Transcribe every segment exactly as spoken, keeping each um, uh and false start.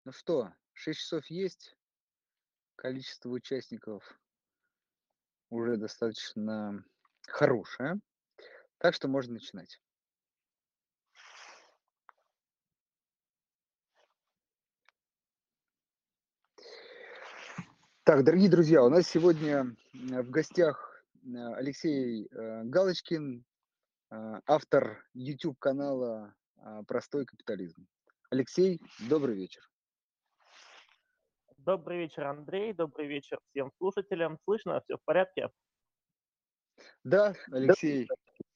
Ну что, шесть часов есть, количество участников уже достаточно хорошее, так что можно начинать. Так, дорогие друзья, у нас сегодня м, в гостях э, Алексей э, Галочкин, э, автор YouTube-канала а, «Простой капитализм». Алексей, добрый вечер. Добрый вечер, Андрей. Добрый вечер всем слушателям. Слышно? Все в порядке? Да, Да. Алексей,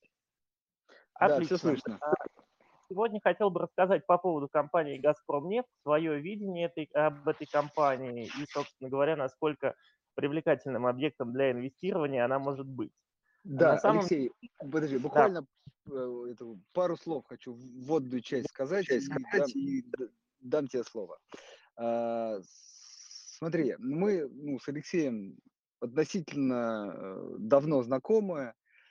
да, все Отлично. слышно. А, Сегодня хотел бы рассказать по поводу компании «Газпромнефть», свое видение этой, об этой компании и, собственно говоря, насколько привлекательным объектом для инвестирования она может быть. На Да, самом Алексей, подожди, да, буквально э, эту пару слов хочу вводную часть сказать часть и сказать дам, и д- дам тебе слово. А, смотри, мы, ну, с Алексеем относительно э, давно знакомы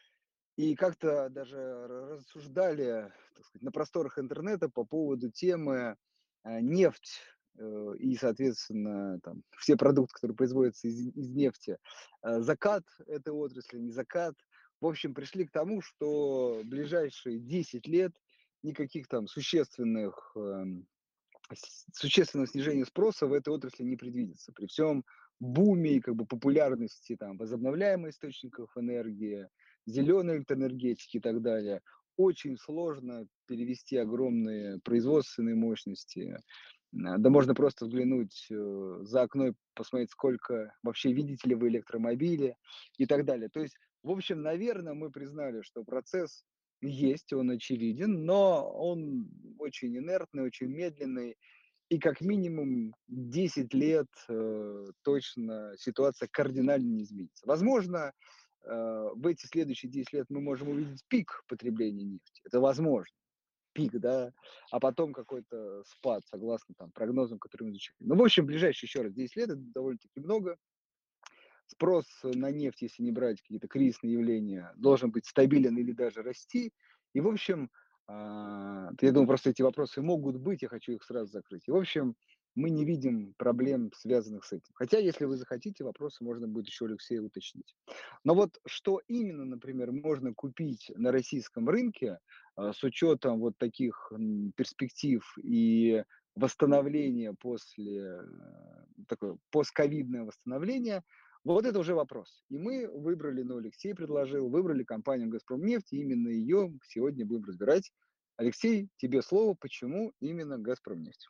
и как-то даже р- рассуждали, так сказать, на просторах интернета по поводу темы э, нефть э, и, соответственно, там, все продукты, которые производятся из, из нефти, э, закат этой отрасли, не закат. В общем, пришли к тому, что ближайшие десять лет никаких там существенных эм, с- существенного снижения спроса в этой отрасли не предвидится. При всем буме и как бы популярности там возобновляемых источников энергии, зеленой электроэнергетики и так далее, очень сложно перевести огромные производственные мощности. А, Да можно просто взглянуть э, за окно и посмотреть, сколько вообще видите ли вы электромобили и так далее. То есть, в общем, наверное, мы признали, что процесс есть, он очевиден, но он очень инертный, очень медленный, и как минимум десять лет э, точно ситуация кардинально не изменится. Возможно, э, в эти следующие десять лет мы можем увидеть пик потребления нефти. Это возможно, пик, да, а потом какой-то спад, согласно там прогнозам, которые мы изучили. Ну, в общем, ближайшие еще раз десять лет, это довольно-таки много. Спрос на нефть, если не брать какие-то кризисные явления, должен быть стабилен или даже расти. И, в общем, а, я думаю, просто эти вопросы могут быть, я хочу их сразу закрыть. И, в общем, мы не видим проблем, связанных с этим. Хотя, если вы захотите, вопросы можно будет еще у Алексея уточнить. Но вот что именно, например, можно купить на российском рынке а, с учетом вот таких м, перспектив и восстановления после, э, такое постковидное восстановление, вот это уже вопрос. И мы выбрали, ну, Алексей предложил, выбрали компанию «Газпромнефть», и именно ее сегодня будем разбирать. Алексей, тебе слово, почему именно «Газпромнефть»?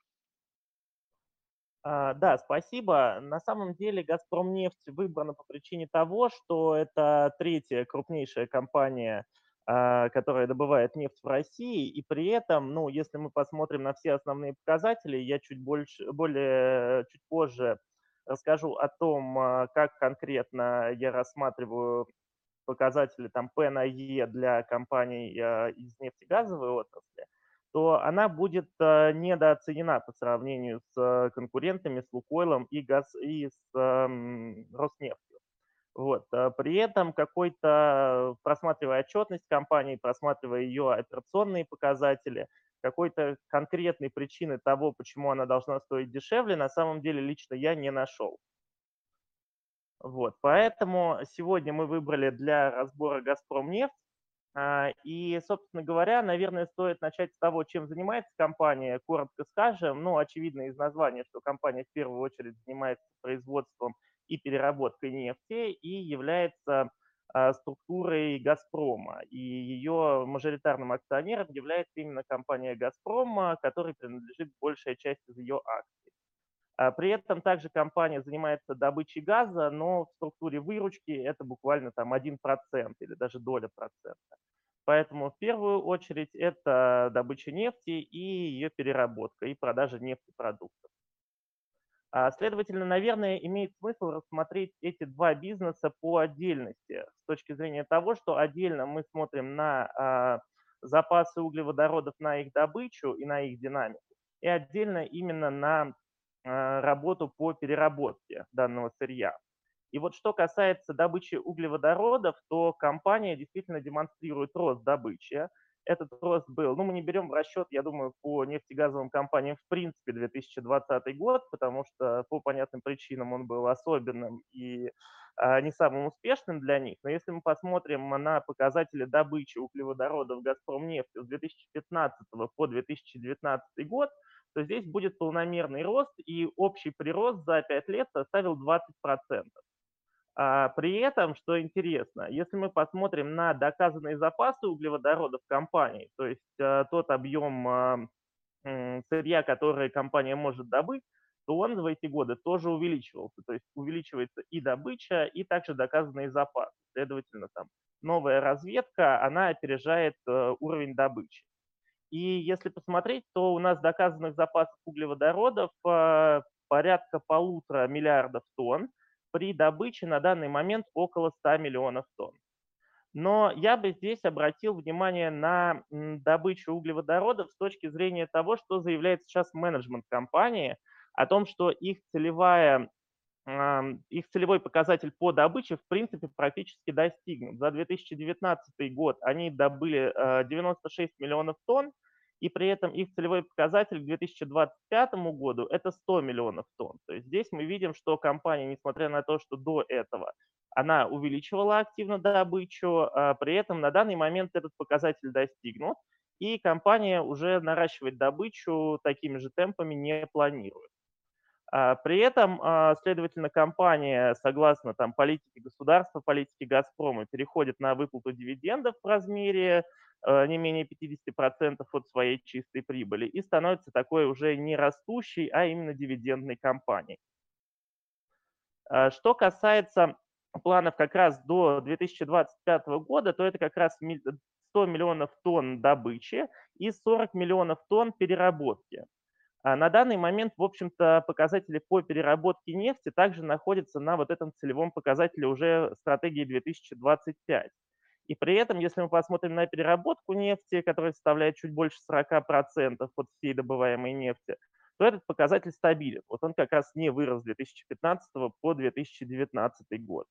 А, да, спасибо. На самом деле «Газпромнефть» выбрана по причине того, что это третья крупнейшая компания, а, которая добывает нефть в России. И при этом, ну, если мы посмотрим на все основные показатели, я чуть больше, более, чуть позже расскажу о том, а, как конкретно я рассматриваю показатели там P на E для компаний а, из нефтегазовой отрасли, то она будет а, недооценена по сравнению с а, конкурентами, с «Лукойлом» и, газ, и с ам, «Роснефтью». Вот. а При этом какой-то, просматривая отчетность компании, просматривая ее операционные показатели, какой-то конкретной причины того, почему она должна стоить дешевле, на самом деле лично я не нашел. Вот, поэтому сегодня мы выбрали для разбора «Газпромнефть». А, И, собственно говоря, наверное, стоит начать с того, чем занимается компания. Коротко скажем, ну, очевидно из названия, что компания в первую очередь занимается производством и переработкой нефти и является а, структурой «Газпрома». И ее мажоритарным акционером является именно компания «Газпром», которой принадлежит большая часть из ее акций. А, При этом также компания занимается добычей газа, но в структуре выручки это буквально там один процент или даже доля процента. Поэтому в первую очередь это добыча нефти и ее переработка, и продажа нефтепродуктов. А, Следовательно, наверное, имеет смысл рассмотреть эти два бизнеса по отдельности с точки зрения того, что отдельно мы смотрим на а, запасы углеводородов, на их добычу и на их динамику, и отдельно именно на а, работу по переработке данного сырья. И вот что касается добычи углеводородов, то компания действительно демонстрирует рост добычи. этот рост был, ну, мы не берем в расчет, я думаю, по нефтегазовым компаниям в принципе две тысячи двадцатый год, потому что по понятным причинам он был особенным и а, не самым успешным для них. Но если мы посмотрим на показатели добычи углеводородов «Газпромнефти» с две тысячи пятнадцатого по две тысячи девятнадцатый год, то здесь будет полномерный рост, и общий прирост за пять лет составил двадцать процентов. А, при этом, что интересно, если мы посмотрим на доказанные запасы углеводородов компании, то есть а, тот объем а, м, сырья, который компания может добыть, то он в эти годы тоже увеличивался. То есть увеличивается и добыча, и также доказанные запасы. Следовательно, там новая разведка, она опережает э, уровень добычи. И если посмотреть, то у нас доказанных запасов углеводородов э, порядка полутора миллиардов тонн, при добыче на данный момент около ста миллионов тонн. Но я бы здесь обратил внимание на м, добычу углеводородов с точки зрения того, что заявляет сейчас менеджмент компании, о том, что их целевая ам, их целевой показатель по добыче в принципе практически достигнут. За две тысячи девятнадцатый год они добыли э, девяносто шесть миллионов тонн, и при этом их целевой показатель к две тысячи двадцать пятому году это сто миллионов тонн. То есть здесь мы видим, что компания, несмотря на то, что до этого она увеличивала активно добычу, а при этом на данный момент этот показатель достигнут, и компания уже наращивать добычу такими же темпами не планирует. А, При этом, а, следовательно, компания, согласно там, политике государства, политике «Газпрома», переходит на выплату дивидендов в размере э, не менее пятьдесят процентов от своей чистой прибыли и становится такой уже не растущей, а именно дивидендной компанией. А, Что касается планов как раз до две тысячи двадцать пятого года, то это как раз ми- сто миллионов тонн добычи и сорок миллионов тонн переработки. А на данный момент, в общем-то, показатели по переработке нефти также находятся на вот этом целевом показателе уже стратегии две тысячи двадцать пять. И при этом, если мы посмотрим на переработку нефти, которая составляет чуть больше сорока процентов от всей добываемой нефти, то этот показатель стабилен. Вот он как раз не вырос с две тысячи пятнадцатого по две тысячи девятнадцатый год.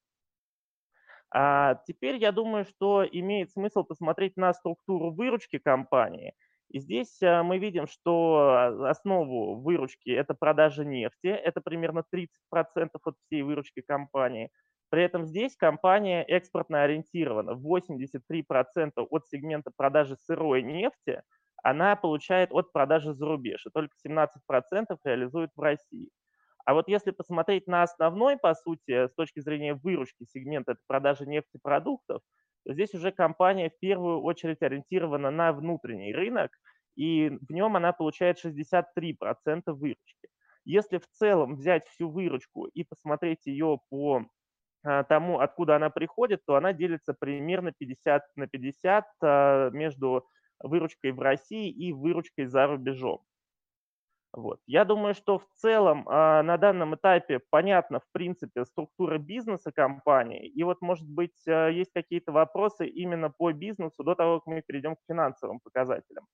А теперь я думаю, что имеет смысл посмотреть на структуру выручки компании. И здесь а, мы видим, что а, основу выручки – это продажа нефти, это примерно тридцать процентов от всей выручки компании. При этом здесь компания экспортно ориентирована. восемьдесят три процента от сегмента продажи сырой нефти она получает от продажи за рубеж, и только семнадцать процентов реализует в России. А вот если посмотреть на основной, по сути, с точки зрения выручки сегмента, это продажи нефтепродуктов, то здесь уже компания в первую очередь ориентирована на внутренний рынок, и в нем она получает шестьдесят три процента выручки. Если в целом взять всю выручку и посмотреть ее по а, тому, откуда она приходит, то она делится примерно пятьдесят на пятьдесят а, между выручкой в России и выручкой за рубежом. Вот. Я думаю, что в целом а, на данном этапе понятна, в принципе, структура бизнеса компании. И вот, может быть, а, есть какие-то вопросы именно по бизнесу до того, как мы перейдем к финансовым показателям.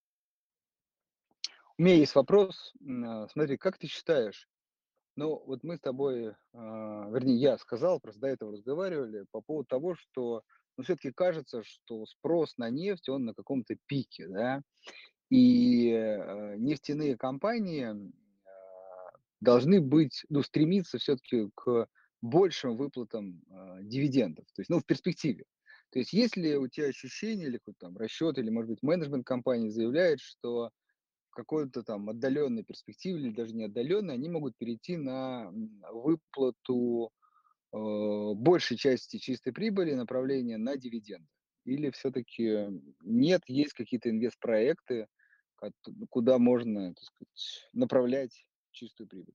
У меня есть вопрос. М, а, Смотри, как ты считаешь, ну вот мы с тобой, а, вернее, я сказал, просто до этого разговаривали по поводу того, что ну, все-таки кажется, что спрос на нефть, он на каком-то пике, да, и э, нефтяные компании м, а, должны быть, ну, стремиться все-таки к большим выплатам а, дивидендов, то есть, ну, в перспективе. То есть, есть ли у тебя ощущение или какой-то там расчет, или, может быть, менеджмент компании заявляет, что в какой-то там отдаленной перспективе или даже не отдаленной они могут перейти на м, выплату э, большей части чистой прибыли, направления на дивиденды? Или все-таки нет, есть какие-то инвестпроекты, кот- куда можно, так сказать, направлять чистую прибыль?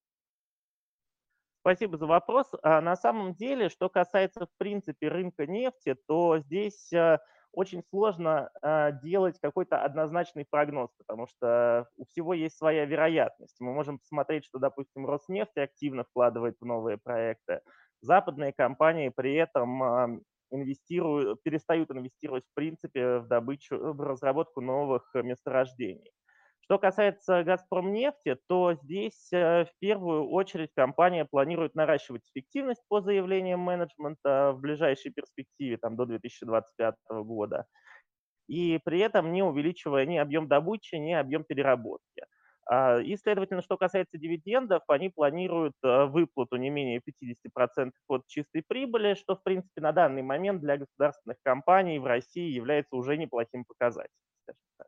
Спасибо за вопрос. А на самом деле, что касается, в принципе, рынка нефти, то здесь а, очень сложно а, делать какой-то однозначный прогноз, потому что у всего есть своя вероятность. Мы можем посмотреть, что, допустим, Роснефть активно вкладывает в новые проекты. Западные компании при этом а, инвестируют, перестают инвестировать, в принципе, в добычу, в разработку новых э, месторождений. Что касается «Газпромнефти», то здесь э, в первую очередь компания планирует наращивать эффективность по заявлениям менеджмента в ближайшей перспективе, там, до две тысячи двадцать пятого года. и при этом не увеличивая ни объем добычи, ни объем переработки. А, и, следовательно, что касается дивидендов, они планируют э, выплату не менее пятьдесят процентов от чистой прибыли, что, в принципе, на данный момент для государственных компаний в России является уже неплохим показателем, скажем так.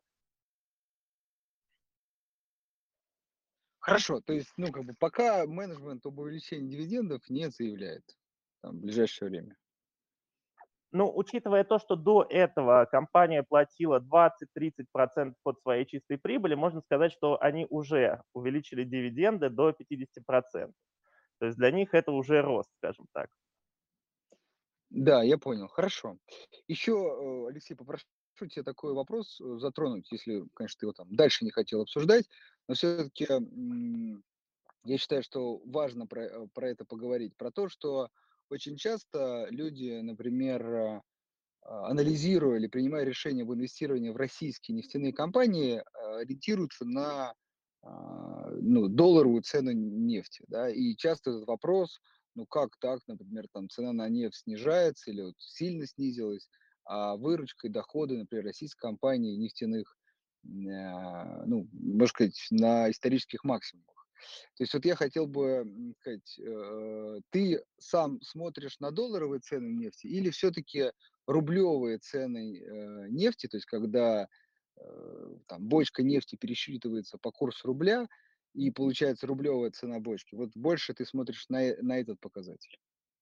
Хорошо, то есть, ну, как бы пока менеджмент об увеличении дивидендов не заявляет, там, в ближайшее время. Ну, учитывая то, что до этого компания платила двадцать-тридцать процентов от своей чистой прибыли, можно сказать, что они уже увеличили дивиденды до пятидесяти процентов. То есть для них это уже рост, скажем так. Да, я понял, хорошо. Еще, э, Алексей, попрошу тебя такой вопрос э, затронуть, если, конечно, ты его там дальше не хотел обсуждать, но все-таки я считаю, что важно про, э, про это поговорить, про то, что очень часто люди, например, э, а, анализируя или принимая решения об инвестировании в российские нефтяные компании, а, ориентируются на а, ну, долларовую цену нефти. Да, и часто этот вопрос, ну как так, например, там цена на нефть снижается или вот сильно снизилась, а выручка и доходы, например, российской компании нефтяных, м, а, ну, можно сказать, на исторических максимумах. То есть вот я хотел бы м, сказать, э, ты сам смотришь на долларовые цены нефти или все-таки рублевые цены э, нефти, то есть когда э, там бочка нефти пересчитывается по курсу рубля и получается рублевая цена бочки. Вот больше ты смотришь на, э- на этот показатель.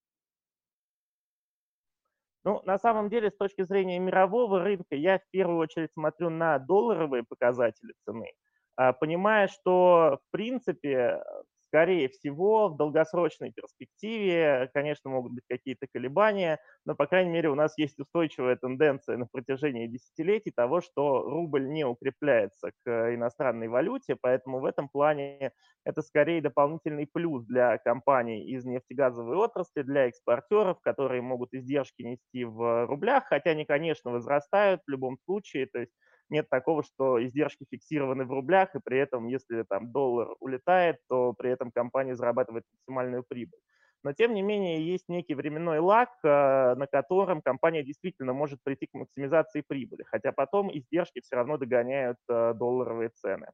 Ну, на самом деле, с точки зрения мирового рынка, я в первую очередь смотрю на долларовые показатели цены, а, понимая, что, в принципе, э, скорее всего, в долгосрочной перспективе, конечно, могут быть какие-то колебания, но, по крайней мере, у нас есть устойчивая тенденция на протяжении десятилетий того, что рубль не укрепляется к иностранной валюте, поэтому в этом плане это скорее дополнительный плюс для компаний из нефтегазовой отрасли, для экспортеров, которые могут издержки нести в рублях, хотя они, конечно, возрастают в любом случае, то есть нет такого, что издержки фиксированы в рублях, и при этом, если там доллар улетает, то при этом компания зарабатывает максимальную прибыль. Но, тем не менее, есть некий временной лаг, э, на котором компания действительно может прийти к максимизации прибыли, хотя потом издержки все равно догоняют э, долларовые цены.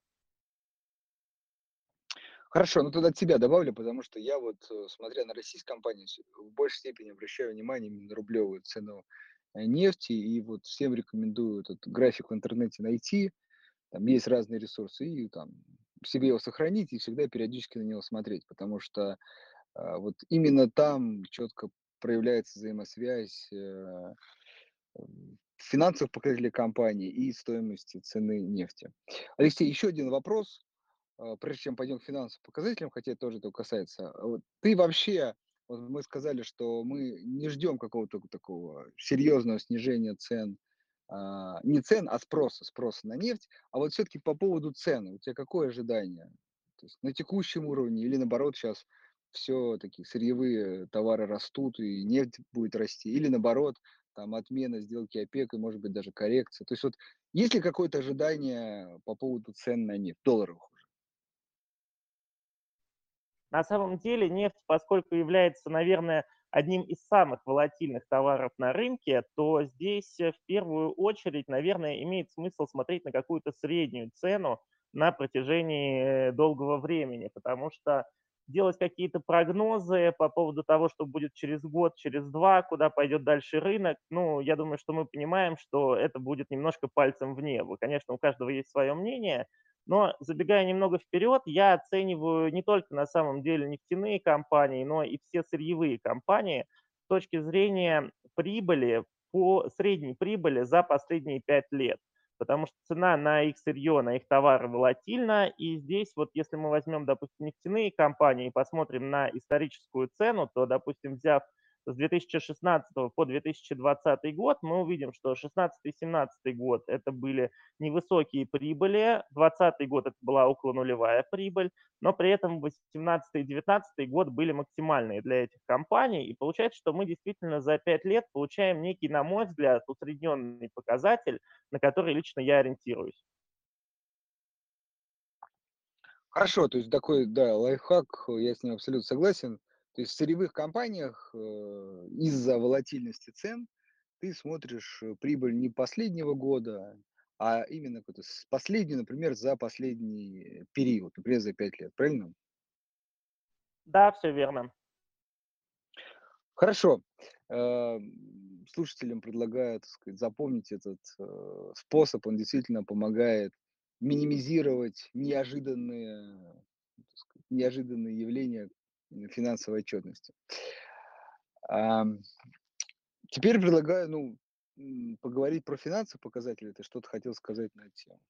Хорошо, ну тогда тебя добавлю, потому что я вот, э, смотря на российские компании, с- в большей степени обращаю внимание именно на рублевую цену э, нефти, и вот всем рекомендую этот график в интернете найти, там есть разные ресурсы, и там себе его сохранить и всегда периодически на него смотреть, потому что а, вот именно там четко проявляется взаимосвязь э, м, финансовых показателей компании и стоимости цены нефти. Алексей, еще один вопрос, а, прежде чем пойдем к финансовым показателям, хотя это тоже этого касается. А вот ты вообще, вот мы сказали, что мы не ждем какого-то такого серьезного снижения цен, а, не цен, а спроса, спроса на нефть. А вот все-таки по поводу цен, у тебя какое ожидание? То есть на текущем уровне или наоборот сейчас все такие сырьевые товары растут и нефть будет расти, или наоборот, там отмена сделки ОПЕК и может быть даже коррекция. То есть вот есть ли какое-то ожидание по поводу цен на нефть, долларовых уже? На самом деле нефть, поскольку является, наверное, одним из самых волатильных товаров на рынке, то здесь э, в первую очередь, наверное, имеет смысл смотреть на какую-то среднюю цену на протяжении э, долгого времени, потому что делать какие-то прогнозы по поводу того, что будет через год, через два, куда пойдет дальше рынок, ну, я думаю, что мы понимаем, что это будет немножко пальцем в небо. Конечно, у каждого есть свое мнение, но забегая немного вперед, я оцениваю не только на самом деле нефтяные компании, но и все сырьевые компании с точки зрения прибыли, по средней прибыли за последние пять лет. Потому что цена на их сырье, на их товары волатильна. И здесь вот если мы возьмем, допустим, нефтяные компании и посмотрим на историческую цену, то, допустим, взяв с две тысячи шестнадцатого по две тысячи двадцатый год, мы увидим, что шестнадцатый-семнадцатый год это были невысокие прибыли. Двадцатый год это была около нулевая прибыль, но при этом восемнадцатый и девятнадцатый год были максимальные для этих компаний. И получается, что мы действительно за пять лет получаем некий, на мой взгляд, усредненный показатель, на который лично я ориентируюсь. Хорошо, то есть такой, да, лайфхак, э, я с ним абсолютно согласен. То есть в сырьевых компаниях, э, из-за волатильности цен ты смотришь э, прибыль не последнего года, а именно какой-то с последний, например, за последний период, например, за пять лет, правильно? Да, все верно. Хорошо. Эм, слушателям предлагаю, так сказать, запомнить этот, э, способ. Он действительно помогает минимизировать неожиданные, так сказать, неожиданные явления, м, финансовой отчетности. Ам, теперь предлагаю, ну, м, поговорить про финансовые показатели. Ты что-то хотел сказать на эту тему?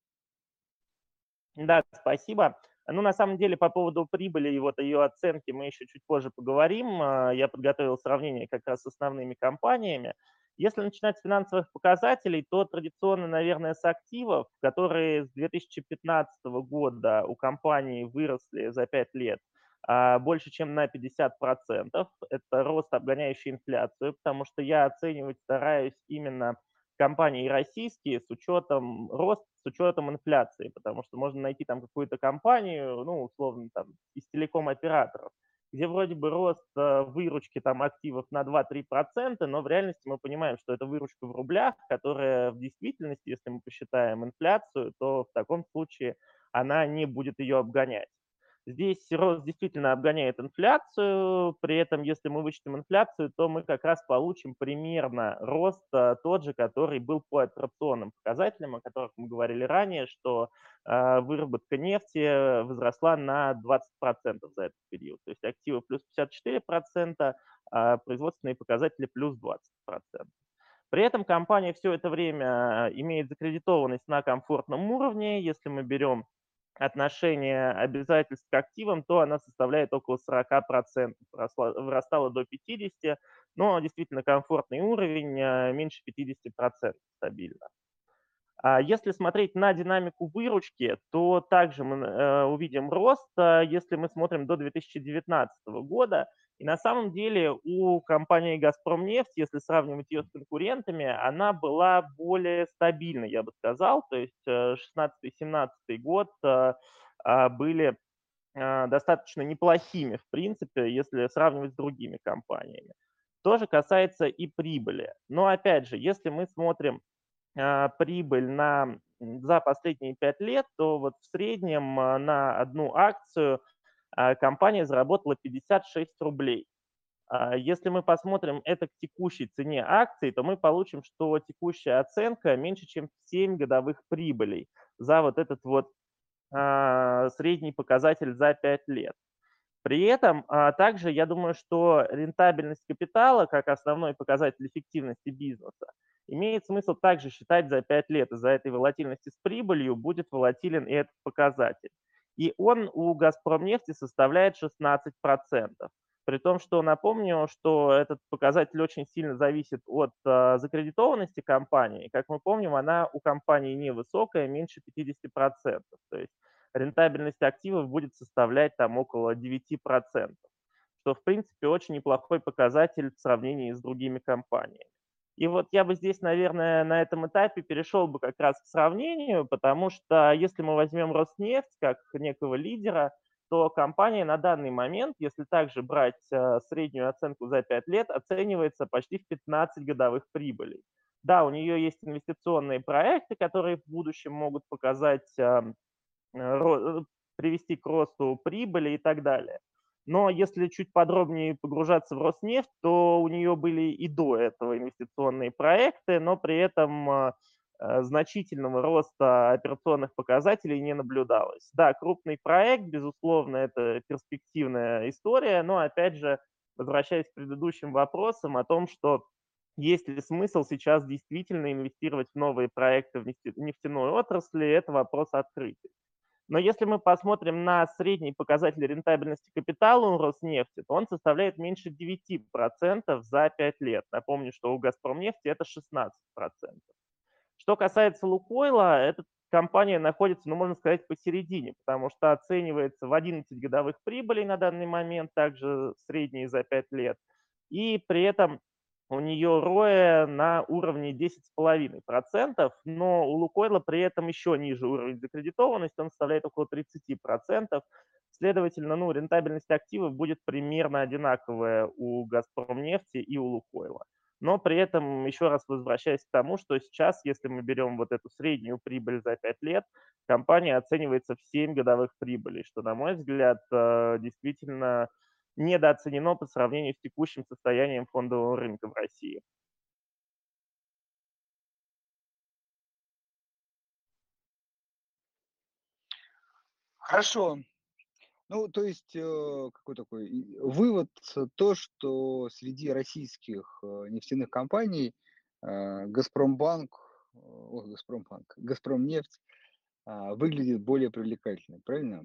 Да, спасибо. Ну, на самом деле, по поводу прибыли и вот ее оценки мы еще чуть позже поговорим. А, Я подготовил сравнение как раз с основными компаниями. Если начинать с финансовых показателей, то традиционно, наверное, с активов, которые с две тысячи пятнадцатого года у компании выросли за пять лет а, больше, чем на пятьдесят процентов. Это рост, обгоняющий инфляцию, потому что я оценивать стараюсь именно компании российские с учетом рост, с учетом инфляции, потому что можно найти там какую-то компанию, ну, условно, там, из телеком-операторов, где вроде бы рост э, выручки там активов на два-три процента, но в реальности мы понимаем, что это выручка в рублях, которая в действительности, если мы посчитаем инфляцию, то в таком случае она не будет ее обгонять. Здесь рост действительно обгоняет инфляцию, при этом, если мы вычтем инфляцию, то мы как раз получим примерно рост а, тот же, который был по операционным показателям, о которых мы говорили ранее, что а, выработка нефти возросла на двадцать процентов за этот период. То есть активы плюс пятьдесят четыре процента, а производственные показатели плюс двадцать процентов. При этом компания все это время имеет закредитованность на комфортном уровне. Если мы берем отношение обязательств к активам, то она составляет около сорок процентов, росла, вырастала до пятидесяти, но действительно комфортный уровень, а, меньше пятидесяти процентов стабильно. А если смотреть на динамику выручки, то также мы э, увидим рост, а, если мы смотрим до две тысячи девятнадцатого года. И на самом деле у компании «Газпромнефть», если сравнивать ее с конкурентами, она была более стабильной, я бы сказал. То есть э, шестнадцатый-семнадцатый год а, а, были а, достаточно неплохими, в принципе, если сравнивать с другими компаниями. То же касается и прибыли. Но опять же, если мы смотрим а, прибыль на, за последние пять лет, то вот в среднем а, на одну акцию а, компания заработала пятьдесят шесть рублей. А, Если мы посмотрим это к текущей цене акций, то мы получим, что текущая оценка меньше, чем семь годовых прибылей за вот этот вот а, средний показатель за пять лет. При этом а, также я думаю, что рентабельность капитала как основной показатель эффективности бизнеса имеет смысл также считать за пять лет. Из-за этой волатильности с прибылью будет волатилен и этот показатель. И он у «Газпромнефти» составляет шестнадцать процентов. При том, что напомню, что этот показатель очень сильно зависит от а, закредитованности компании. Как мы помним, она у компании невысокая, меньше пятидесяти процентов. То есть рентабельность активов будет составлять там около девяти процентов, что, в принципе, очень неплохой показатель в сравнении с другими компаниями. И вот я бы здесь, наверное, на этом этапе перешел бы как раз к сравнению, потому что если мы возьмем Роснефть как некого лидера, то компания на данный момент, если также брать э, среднюю оценку за пять лет, оценивается почти в пятнадцать годовых прибылей. Да, у нее есть инвестиционные проекты, которые в будущем могут показать э, э, ро- э, привести к росту прибыли и так далее. Но если чуть подробнее погружаться в Роснефть, то у нее были и до этого инвестиционные проекты, но при этом э, э, значительного роста операционных показателей не наблюдалось. Да, крупный проект, безусловно, это перспективная история, но опять же, возвращаясь к предыдущим вопросам о том, что есть ли смысл сейчас действительно инвестировать в новые проекты в нефте- нефтяной отрасли, это вопрос открытый. Но если мы посмотрим на средний показатель рентабельности капитала у Роснефти, то он составляет меньше девяти процентов за пять лет. Напомню, что у Газпромнефти это шестнадцать процентов. Что касается Лукойла, эта компания находится, ну, можно сказать, посередине, потому что оценивается в одиннадцать годовых прибылей на данный момент, также средние за пять лет. И при этом у нее роя на уровне десять целых пять десятых процента, но у Лукойла при этом еще ниже уровень закредитованности, он составляет около тридцати процентов. Следовательно, ну, рентабельность активов будет примерно одинаковая у Газпромнефти и у Лукойла. но при этом еще раз возвращаясь к тому, что сейчас, если мы берем вот эту среднюю прибыль за пять лет, компания оценивается в семь годовых прибылей, что, на мой взгляд, э, действительно недооценено по сравнению с текущим состоянием фондового рынка в России. Хорошо. Ну, то есть, э, какой такой и вывод, э, то, что среди российских, э, нефтяных компаний, э, "Газпромбанк", э, ой, "Газпромбанк", "Газпромнефть", а, выглядит более привлекательной, правильно?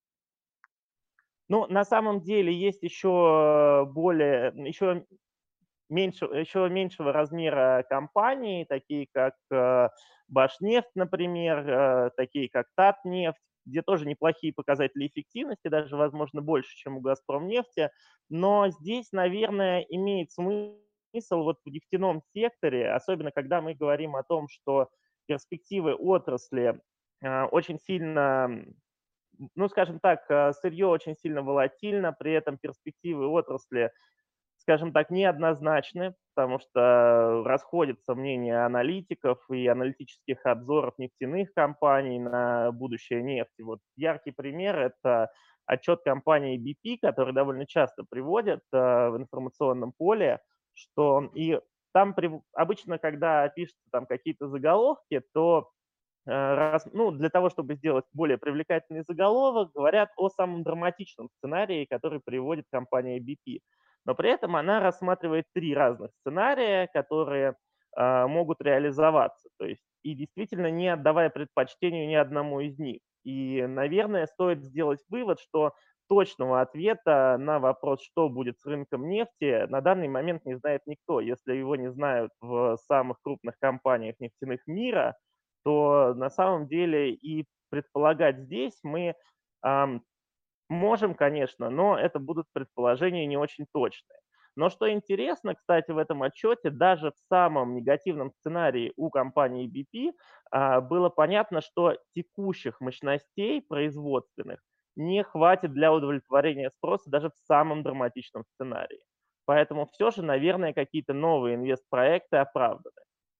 Ну, на самом деле есть еще более, еще меньше, еще меньшего размера компании, такие как э, Башнефть, например, э, такие как Татнефть, где тоже неплохие показатели эффективности, даже, возможно, больше, чем у Газпромнефти. Но здесь, наверное, имеет смысл вот в нефтяном секторе, особенно когда мы говорим о том, что перспективы отрасли э, очень сильно, ну, скажем так, э, сырье очень сильно волатильно, при этом перспективы отрасли, скажем так, неоднозначны, потому что расходятся мнения аналитиков и аналитических обзоров нефтяных компаний на будущее нефти. Вот яркий пример – это отчет компании B P, который довольно часто приводят э, в информационном поле, что и там прив- обычно, когда пишутся там какие-то заголовки, то э, раз, ну, для того, чтобы сделать более привлекательный заголовок, говорят о самом драматичном сценарии, который приводит компания B P. Но при этом она рассматривает три разных сценария, которые а, могут реализоваться. То есть и действительно не отдавая предпочтению ни одному из них. И, наверное, стоит сделать вывод, что точного ответа на вопрос, что будет с рынком нефти, на данный момент не знает никто. Если его не знают в самых крупных компаниях нефтяных мира, то на самом деле и предполагать здесь мы ам, можем, конечно, но это будут предположения не очень точные. Но что интересно, кстати, в этом отчете, даже в самом негативном сценарии у компании B P а, было понятно, что текущих мощностей производственных не хватит для удовлетворения спроса даже в самом драматичном сценарии. Поэтому все же, наверное, какие-то новые инвестпроекты оправданы.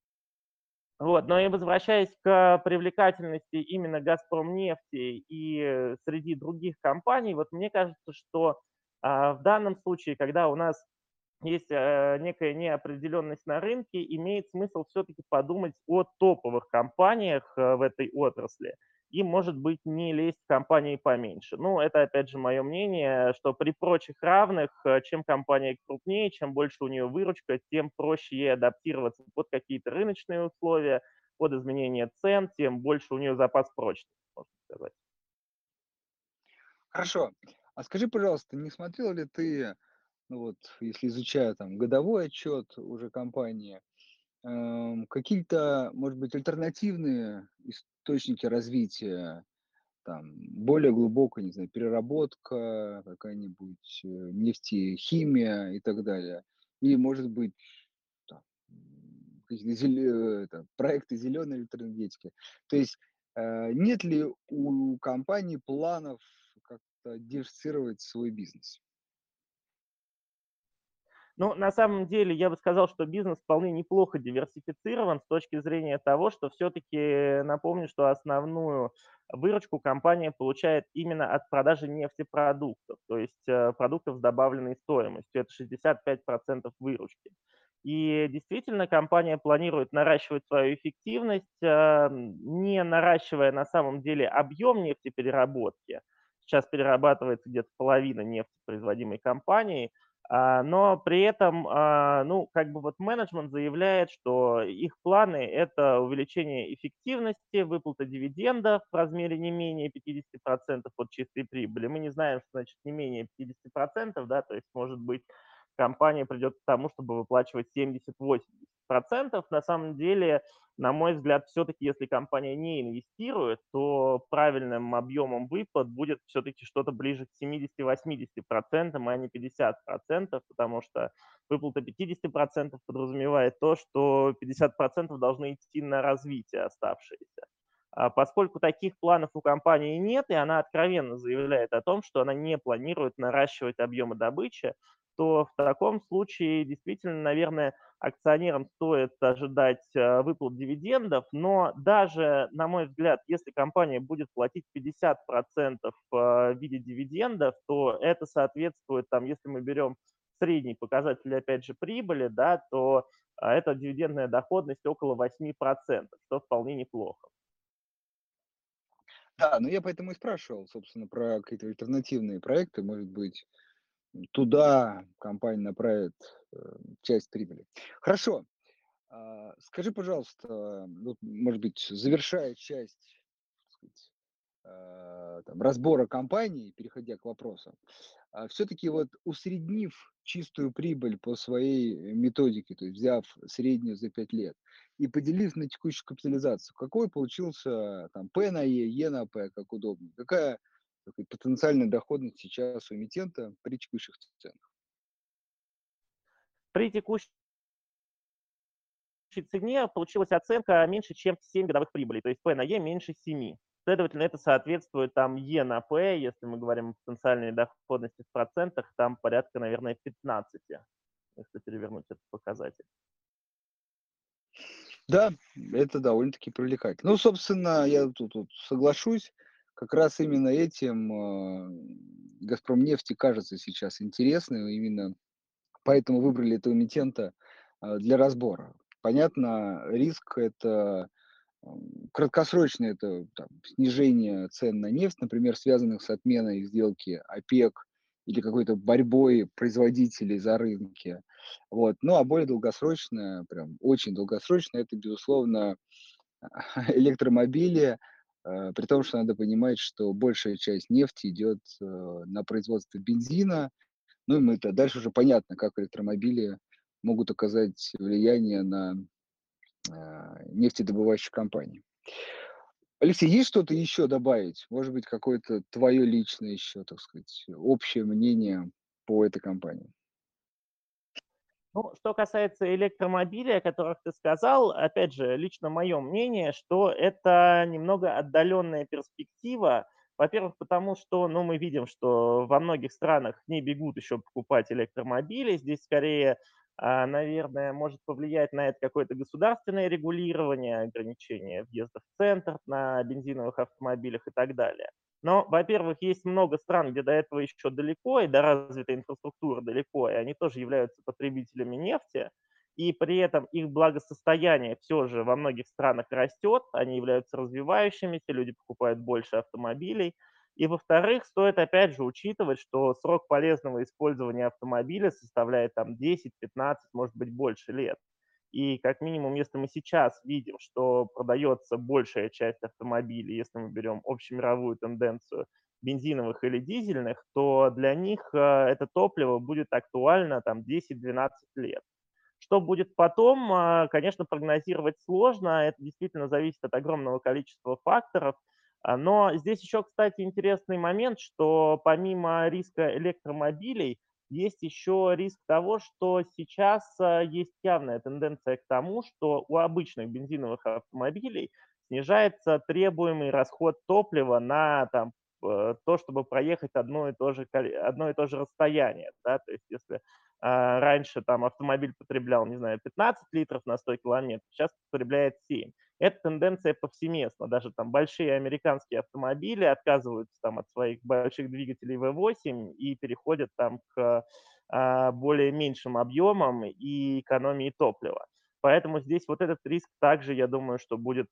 Вот, но и возвращаясь к привлекательности именно "Газпромнефти" и э, среди других компаний, вот мне кажется, что, а, в данном случае, когда у нас есть, э, некая неопределенность на рынке, имеет смысл все-таки подумать о топовых компаниях, э, в этой отрасли и, может быть, не лезть в компании поменьше. Ну, это, опять же, мое мнение, что при прочих равных, э, чем компания крупнее, чем больше у нее выручка, тем проще ей адаптироваться под какие-то рыночные условия, под изменение цен, тем больше у нее запас прочности, можно сказать. Хорошо. А скажи, пожалуйста, не смотрел ли ты, ну вот, если изучая там годовой отчет уже компании, эм, какие-то, может быть, альтернативные источники развития, там, более глубокая, не знаю, переработка, какая-нибудь, э, нефтехимия и так далее? Или, может быть, там, м, какие-то зеле это, проекты зеленой электроэнергетики. То есть, э, нет ли у компании планов как-то диверсифицировать свой бизнес? Ну, на самом деле, я бы сказал, что бизнес вполне неплохо диверсифицирован с точки зрения того, что все-таки напомню, что основную выручку компания получает именно от продажи нефтепродуктов, то есть э, продуктов с добавленной стоимостью. Это шестьдесят пять процентов выручки. И действительно, компания планирует наращивать свою эффективность, э, не наращивая на самом деле объем нефтепереработки. Сейчас перерабатывается где-то половина нефти, производимой компанией, а, но при этом, а, ну, как бы вот менеджмент заявляет, что их планы – это увеличение эффективности, выплата дивидендов в размере не менее пятьдесят процентов от чистой прибыли. Мы не знаем, что значит не менее пятьдесят процентов, да, то есть, может быть, компания придет к тому, чтобы выплачивать семьдесят-восемьдесят процентов. На самом деле, на мой взгляд, все-таки, если компания не инвестирует, то правильным объемом выплат будет все-таки что-то ближе к семидесяти-восьмидесяти процентам, а не пятьдесят процентов, потому что выплата пятьдесят процентов подразумевает то, что пятьдесят процентов должны идти на развитие оставшиеся. А поскольку таких планов у компании нет, и она откровенно заявляет о том, что она не планирует наращивать объемы добычи, то в таком случае действительно, наверное, акционерам стоит ожидать э, выплат дивидендов, но даже, на мой взгляд, если компания будет платить пятьдесят процентов э, в виде дивидендов, то это соответствует, там, если мы берем средний показатель, опять же, прибыли, да, то а, это дивидендная доходность около восемь процентов, что вполне неплохо. Да, ну я поэтому и спрашивал, собственно, про какие-то альтернативные проекты. Может быть, туда компания направит э, часть прибыли. Хорошо. А, скажи, пожалуйста, вот, может быть, завершая часть, так сказать, а, там, разбора компании, переходя к вопросам, все-таки вот усреднив чистую прибыль по своей методике, то есть взяв среднюю за пять лет и поделив на текущую капитализацию, какой получился там P на E, E на P, как удобно, какая так сказать, потенциальная доходность сейчас у эмитента при текущих ценах? При текущей цене получилась оценка меньше, чем семь годовых прибылей, то есть P на E меньше семи. Следовательно, это соответствует там E на P, если мы говорим о потенциальной доходности в процентах, там порядка, наверное, пятнадцати, если перевернуть этот показатель. Да, это довольно-таки привлекательно. Ну, собственно, я тут вот соглашусь, как раз именно этим а, «Газпромнефть» и кажется сейчас интересным, именно поэтому выбрали этого эмитента а, для разбора. Понятно, риск – это м, краткосрочный, это там, снижение цен на нефть, например, связанных с отменой сделки ОПЕК или какой-то борьбой производителей за рынки. Вот. Ну, а более долгосрочное, прям очень долгосрочное, это, безусловно, электромобили, э, при том, что надо понимать, что большая часть нефти идет э, на производство бензина. Ну, и мы это дальше уже понятно, как электромобили могут оказать влияние на а, нефтедобывающие компании. Алексей, есть что-то еще добавить? Может быть, какое-то твое личное еще, так сказать, общее мнение по этой компании? Ну, что касается электромобилей, о которых ты сказал, опять же, лично мое мнение, что это немного отдаленная перспектива. Во-первых, потому что, ну, мы видим, что во многих странах не бегут еще покупать электромобили. Здесь скорее, а, наверное, может повлиять на это какое-то государственное регулирование, ограничение въезда в центр на бензиновых автомобилях и так далее. Но, во-первых, есть много стран, где до этого еще далеко, и до развитой инфраструктуры далеко, и они тоже являются потребителями нефти, и при этом их благосостояние все же во многих странах растет, они являются развивающимися, люди покупают больше автомобилей. И, во-вторых, стоит опять же учитывать, что срок полезного использования автомобиля составляет там десять, пятнадцать, может быть, больше лет. И как минимум, если мы сейчас видим, что продается большая часть автомобилей, если мы берем общемировую тенденцию бензиновых или дизельных, то для них э, это топливо будет актуально там десять-двенадцать лет. Что будет потом, а, конечно, прогнозировать сложно. Это действительно зависит от огромного количества факторов. А, Но здесь еще, кстати, интересный момент, что помимо риска электромобилей, есть еще риск того, что сейчас а, есть явная тенденция к тому, что у обычных бензиновых автомобилей снижается требуемый расход топлива на там, э, то, чтобы проехать одно и то же, коле- одно и то же расстояние. Да? То есть если а, раньше там автомобиль потреблял, не знаю, пятнадцать литров на сто километров, сейчас потребляет семь. Эта тенденция повсеместна. Даже там большие американские автомобили отказываются там от своих больших двигателей ви восемь и переходят там к а, более меньшим объемам и экономии топлива. Поэтому здесь вот этот риск также, я думаю, что будет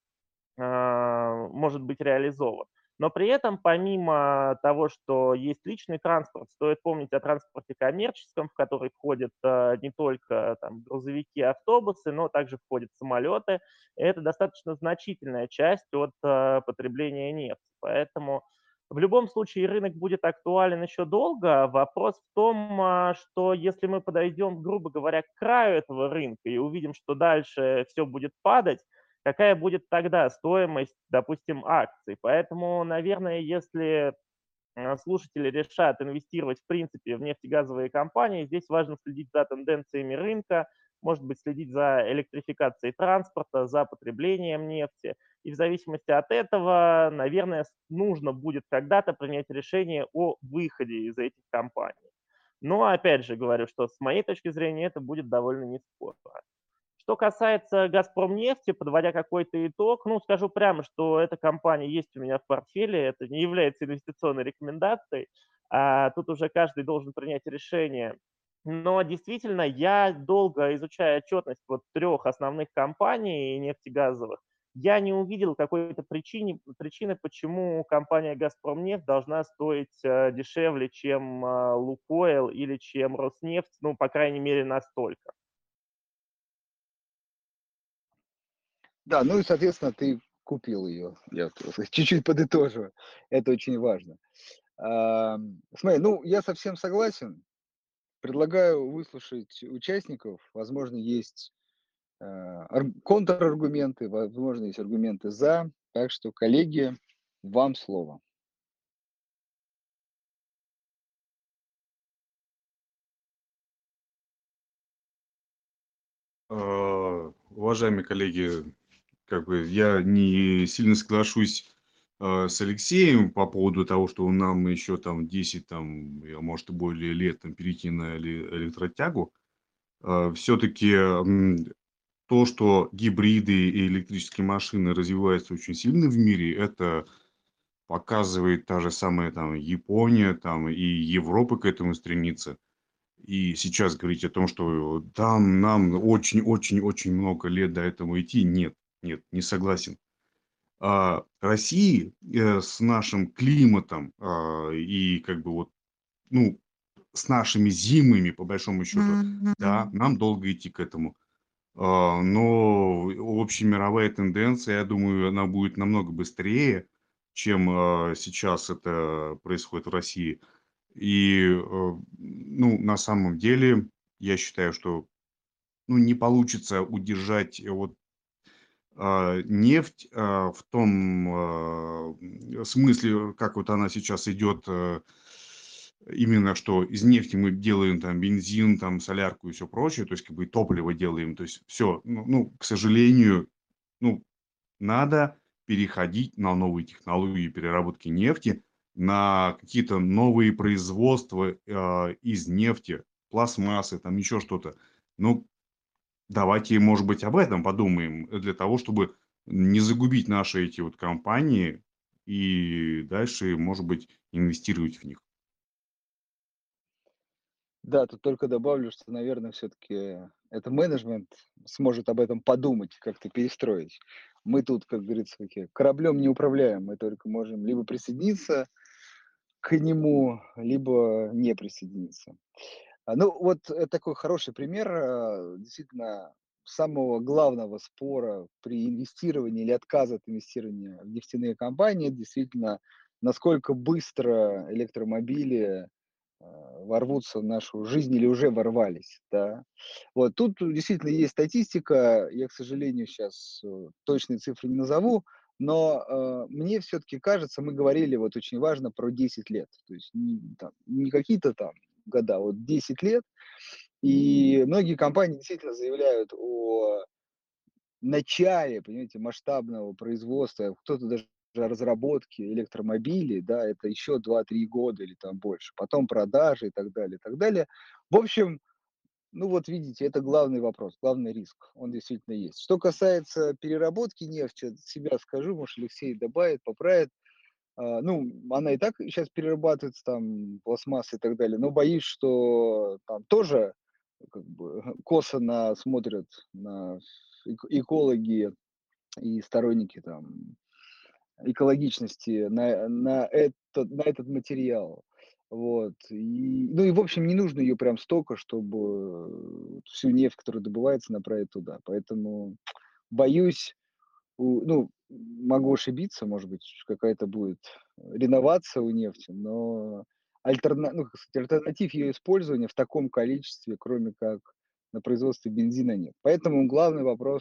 а, может быть реализован. Но при этом, помимо того, что есть личный транспорт, стоит помнить о транспорте коммерческом, в который входят а, не только там, грузовики, автобусы, но также входят самолеты. И это достаточно значительная часть от а, потребления нефти. Поэтому в любом случае рынок будет актуален еще долго. Вопрос в том, а, что если мы подойдем, грубо говоря, к краю этого рынка и увидим, что дальше все будет падать, какая будет тогда стоимость, допустим, акций. Поэтому, наверное, если э, слушатели решат инвестировать, в принципе, в нефтегазовые компании, здесь важно следить за тенденциями рынка, может быть, следить за электрификацией транспорта, за потреблением нефти. И в зависимости от этого, наверное, нужно будет когда-то принять решение о выходе из этих компаний. Но опять же говорю, что с моей точки зрения это будет довольно неспорно. Что касается «Газпромнефти», подводя какой-то итог, ну, скажу прямо, что эта компания есть у меня в портфеле, это не является инвестиционной рекомендацией, а, тут уже каждый должен принять решение. Но действительно, я долго изучая отчетность вот трех основных компаний нефтегазовых, я не увидел какой-то причины, причины, почему компания «Газпромнефть» должна стоить э, дешевле, чем э, «Лукойл» или чем «Роснефть», ну, по крайней мере, настолько. Да, ну и, соответственно, ты купил ее. Я тут чуть-чуть подытожу. Это очень важно. Ам, смотри, ну, я совсем согласен. Предлагаю выслушать участников. Возможно, есть, а, арг контраргументы, возможно, есть аргументы "за". Так что, коллеги, вам слово. А, Уважаемые коллеги, как бы я не сильно соглашусь а, с Алексеем по поводу того, что нам еще там десять, там, а может и более лет там, перейти на эле- электротягу. Все-таки то, что гибриды и электрические машины развиваются очень сильно в мире, это показывает та же самая там Япония, там и Европа к этому стремится. И сейчас говорить о том, что там нам очень-очень-очень много лет до этого идти, нет, нет, не согласен. А России э, с нашим климатом а, и как бы вот, ну, с нашими зимами, по большому счету, да, нам долго идти к этому. А, Но общемировая тенденция, я думаю, она будет намного быстрее, чем а, сейчас это происходит в России. И, э, ну, на самом деле, я считаю, что, ну, не получится удержать э, вот а, нефть а, в том а, м, смысле, как вот она сейчас идет, э, именно что из нефти мы делаем там бензин, там солярку и все прочее, то есть как бы и топливо делаем, то есть все, ну, ну, к сожалению, ну, надо переходить на новые технологии переработки нефти, на какие-то новые производства а, из нефти, пластмассы, там еще что-то. Ну, давайте, может быть, об этом подумаем, э, для того, чтобы не загубить наши эти вот компании и дальше, может быть, инвестировать в них. Да, тут только добавлю, что, наверное, все-таки это менеджмент сможет об этом подумать, как-то перестроить. Мы тут, как говорится, какие, кораблем не управляем, мы только можем либо присоединиться к нему, либо не присоединиться. А, ну, вот э, такой хороший пример, а, действительно, самого главного спора при инвестировании или отказе от инвестирования в нефтяные компании, это действительно, насколько быстро электромобили а, ворвутся в нашу жизнь или уже ворвались, да. Вот тут действительно есть статистика, я, к сожалению, сейчас точные цифры не назову, но э, мне все-таки кажется, мы говорили, вот очень важно, про десять лет, то есть не, там, не какие-то там года, вот десять лет, и многие компании действительно заявляют о начале, понимаете, масштабного производства, кто-то даже разработки электромобилей, да, это еще два-три года или там больше, потом продажи и так далее, и так далее. В общем, ну вот видите, это главный вопрос, главный риск, он действительно есть. Что касается переработки нефти, от себя скажу, может, Алексей добавит, поправит. А, ну, она и так сейчас перерабатывается, там, пластмасса и так далее, но боюсь, что там тоже как бы косо на смотрят на эк экологи и сторонники там экологичности на на этот на этот материал. Вот. И, ну и, в общем, не нужно ее прям столько, чтобы всю нефть, которая добывается, направить туда. Поэтому боюсь, у ну, могу ошибиться, может быть, какая-то будет реновация у нефти, но альтерна ну, как сказать, альтернатив ее использования в таком количестве, кроме как на производстве бензина, нет. Поэтому главный вопрос,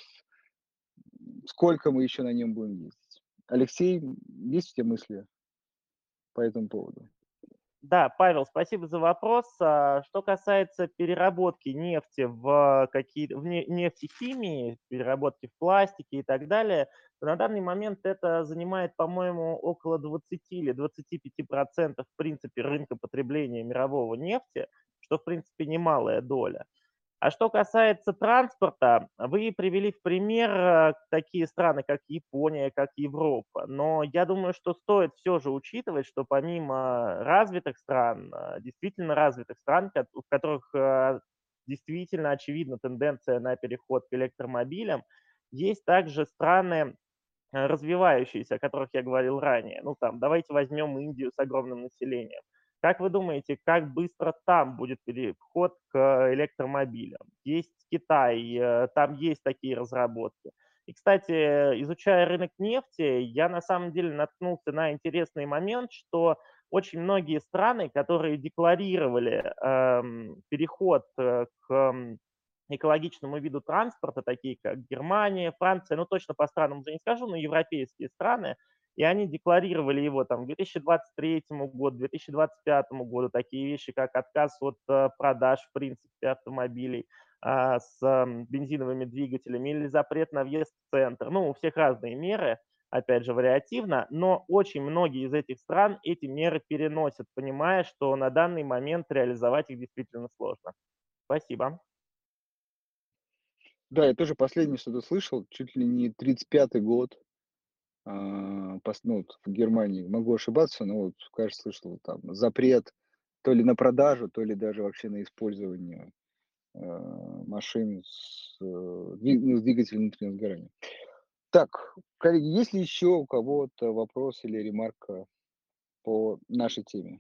сколько мы еще на нем будем ездить. Алексей, есть у тебя мысли по этому поводу? Да, Павел, спасибо за вопрос. А, Что касается переработки нефти в какие в не- нефтехимии, переработки в пластике и так далее, то на данный момент это занимает, по-моему, около двадцати или двадцати пяти процентов в принципе рынка потребления мирового нефти, что, в принципе, немалая доля. А что касается транспорта, вы привели в пример э, такие страны, как Япония, как Европа. Но я думаю, что стоит все же учитывать, что помимо развитых стран, э, действительно развитых стран, ко- в которых э, действительно очевидна тенденция на переход к электромобилям, есть также страны э, развивающиеся, о которых я говорил ранее. Ну, там, давайте возьмем Индию с огромным населением. Как вы думаете, как быстро там будет переход к электромобилям? Есть Китай, э, там есть такие разработки. И, кстати, изучая рынок нефти, я на самом деле наткнулся на интересный момент, что очень многие страны, которые декларировали эм, переход э, к экологичному виду транспорта, такие как Германия, Франция, ну точно по странам уже не скажу, но европейские страны, и они декларировали его там к две тысячи двадцать третьему году, две тысячи двадцать пятому году, такие вещи, как отказ от э, продаж, в принципе, автомобилей а, с м, бензиновыми двигателями или запрет на въезд в центр. Ну, у всех разные меры, опять же, вариативно, но очень многие из этих стран эти меры переносят, понимая, что на данный момент реализовать их действительно сложно. Спасибо. Да, я тоже последнее что-то слышал, чуть ли не тридцать пятый год, а, пос ну, вот в Германии. Могу ошибаться, но вот, кажется, слышал там запрет то ли на продажу, то ли даже вообще на использование, э, машин с, э, дви ну, с двигателем внутреннего сгорания. Так, коллеги, есть ли еще у кого-то вопрос или ремарка по нашей теме?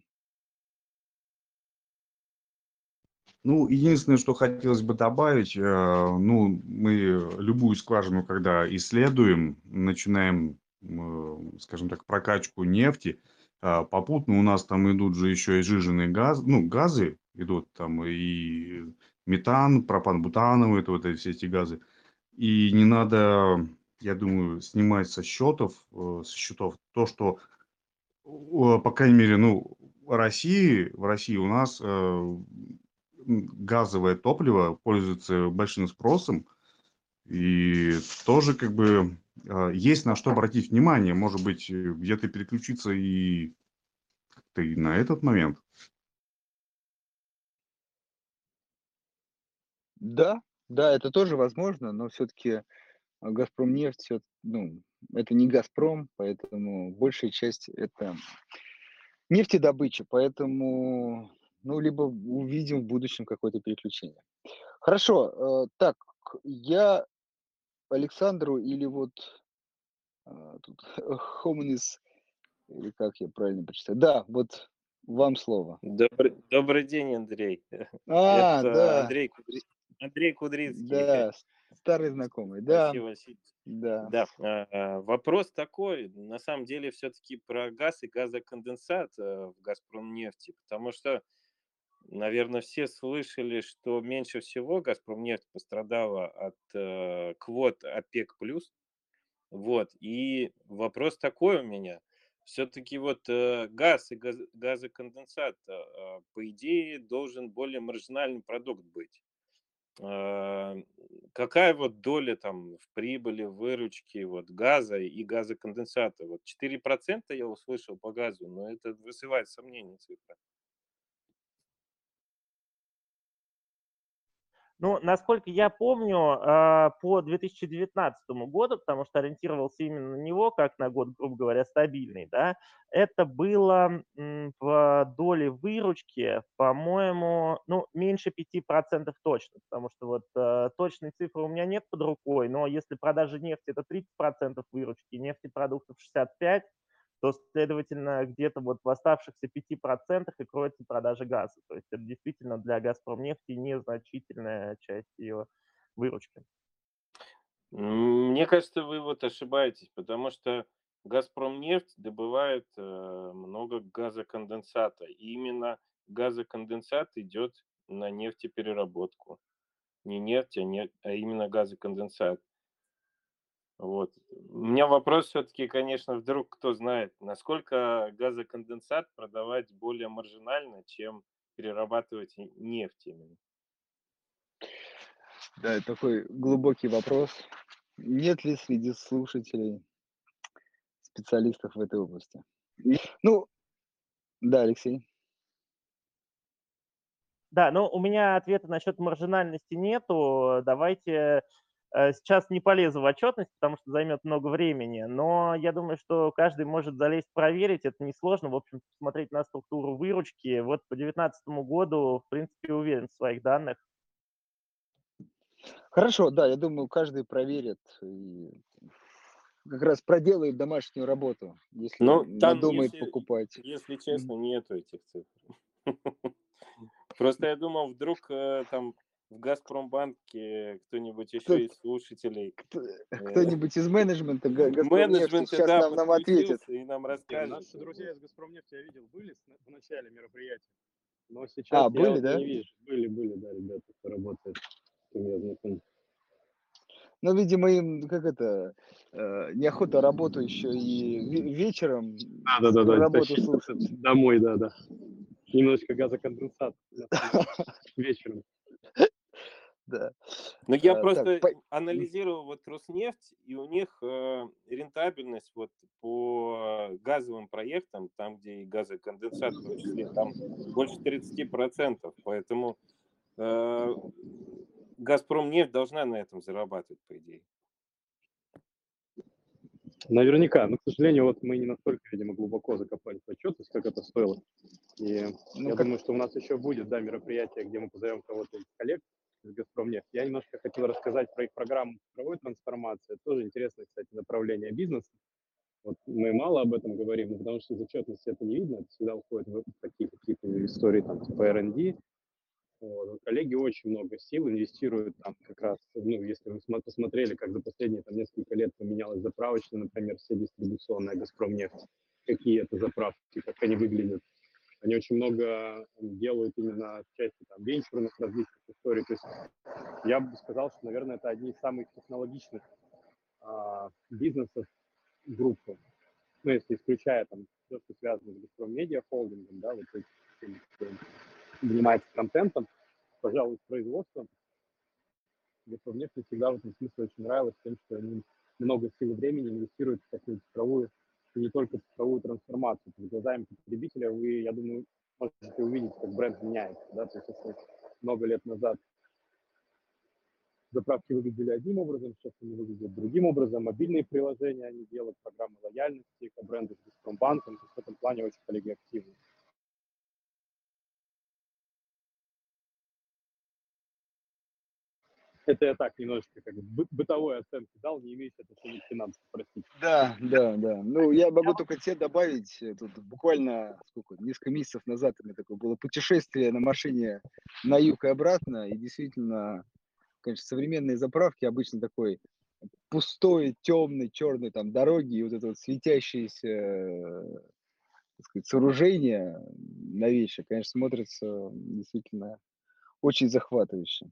Ну, единственное, что хотелось бы добавить, э, ну, мы любую скважину, когда исследуем, начинаем, э, скажем так, прокачку нефти, а, попутно у нас там идут же еще и сжиженные газ, ну, газы идут там и метан, пропан-бутановые, это вот эти все эти газы. И не надо, я думаю, снимать со счетов, э, со счетов то, что, о, по крайней мере, ну, в России, в России у нас э, м, газовое топливо пользуется большим спросом, и тоже как бы э, есть на что обратить внимание, может быть, э, где-то переключиться и как-то и на этот момент. Да, да, это тоже возможно, но все-таки Газпромнефть, всё, ну, это не Газпром, поэтому большая часть это нефтедобыча, поэтому, ну, либо увидим в будущем какое-то переключение. Хорошо, э, так, я Александру или вот а, тут Хоминис, или как я правильно прочитаю? Да, вот вам слово. Добрый, добрый день, Андрей. А, Это да, Андрей, Кудри- Андрей Кудрицкий. да, с- старый знакомый, да, Спасибо, Василий. да. Да, а, а, вопрос такой, на самом деле, все-таки про газ и газоконденсат э, в «Газпромнефти», потому что, наверное, все слышали, что меньше всего «Газпромнефть» пострадала от э, квот ОПЕК+. Вот, и вопрос такой у меня. Все-таки вот э, газ и газ- газоконденсат, э, э, по идее, должен более маржинальный продукт быть. А, Какая вот доля там в прибыли, в выручке вот газа и газоконденсата? Вот четыре процента я услышал по газу, но это вызывает сомнения цифра. Ну, насколько я помню, а, по две тысячи девятнадцатому году, потому что ориентировался именно на него, как на год, грубо говоря, стабильный, да, это было м, в доле выручки, по-моему, ну, меньше пяти процентов точно, потому что вот э, точной цифры у меня нет под рукой, но если продажа нефти это тридцать процентов выручки, нефтепродуктов шестьдесят пять процентов, то, следовательно, где-то вот в оставшихся пяти процентах и кроется продажа газа. То есть это действительно для «Газпромнефти» незначительная часть ее выручки. М, Мне кажется, вы вот ошибаетесь, потому что «Газпромнефть» добывает э, много газоконденсата. И именно газоконденсат идет на нефтепереработку. Не нефть, а, не, а именно газоконденсат. Вот. У меня вопрос все-таки, конечно, вдруг кто знает, насколько газоконденсат продавать более маржинально, чем перерабатывать и- нефть именно. Да, это такой глубокий вопрос. Нет ли среди слушателей специалистов в этой области? Ну, да, Алексей. Да, но у меня ответа насчет маржинальности нету. Давайте э, сейчас не полезу в отчетность, потому что займет много времени, но я думаю, что каждый может залезть проверить, это несложно, в общем, посмотреть на структуру выручки. Вот по две тысячи девятнадцатому году, в принципе, уверен в своих данных. Хорошо, да, я думаю, каждый проверит и как раз проделает домашнюю работу, если Ну, там, надумает если, покупать. если Мгм. честно, нету этих цифр. Просто я думал, вдруг э, там в Газпромбанке кто-нибудь Кто, еще из слушателей, кто- э, кто-нибудь из менеджмента Га- Газпромнефти менеджмента, сейчас да, нам, нам ответит. подключился и нам Не, расскажет. наши друзья из Газпромнефти, я видел, были с- в начале мероприятия, но А, сейчас я были, вот да? не вижу. Были, были, да, ребята, кто работает, с кем я знаком. Ну, видимо, им, как это, э, неохота работу еще и ве- вечером Да, да, да, про да, работу тащить слушать. домой, да, да. Немножечко газоконденсат на столе вечером. Да. Но я Э, просто Так, по- анализировал вот Роснефть, и у них э, рентабельность вот по газовым проектам, там, где и газоконденсат в том числе, там больше тридцати процентов. Поэтому э, Газпромнефть должна на этом зарабатывать, по идее. Наверняка, но, к сожалению, вот мы не настолько, видимо, глубоко закопались в отчетность, как это стоило. И ну, я как, думаю, что у нас еще будет, да, мероприятие, где мы позовем кого-то из коллег из Газпромнефти. Я немножко хотел рассказать про их программу цифровой трансформации. Это тоже интересное, кстати, направление бизнеса. Вот мы мало об этом говорим, но потому что из отчетности это не видно, это всегда уходит в такие какие-то истории, там, типа эр энд ди. Вот. Коллеги очень много сил инвестируют там как раз, ну, если вы смо- посмотрели, как за последние там, несколько лет поменялась заправочная, например, вся дистрибуционная Газпромнефть, какие это заправки, как они выглядят. Они очень много делают именно в части там, венчурных различных историй. То есть я бы сказал, что, наверное, это одни из самых технологичных а, бизнесов группы. Ну, если исключая там все, что связано с Газпром Медиа холдингом, да, вот этим, кто занимается контентом, пожалуй, производством. Газпромнефть мне всегда в этом смысле очень нравилось тем, что они много сил и времени инвестируют в такую цифровую, и не только цифровую трансформацию. Перед глазами потребителя вы, я думаю, можете увидеть, как бренд меняется. Да? То есть если много лет назад заправки выглядели одним образом, сейчас они выглядят другим образом. Мобильные приложения они делают, программы лояльности, к бренду с Газпромбанком. В этом плане очень коллеги активны. Это я так немножечко как бы бытовой оценки дал, не имеющий отношения к финансам, простите. да, да, да. Ну, я могу только тебе добавить, э, тут буквально сколько, несколько месяцев назад у меня такое было путешествие на машине на юг и обратно, и действительно, конечно, современные заправки обычно такой пустой, темный, черный там дороги и вот это вот светящееся, э, так сказать, сооружение новейшее, конечно, смотрится действительно очень захватывающе.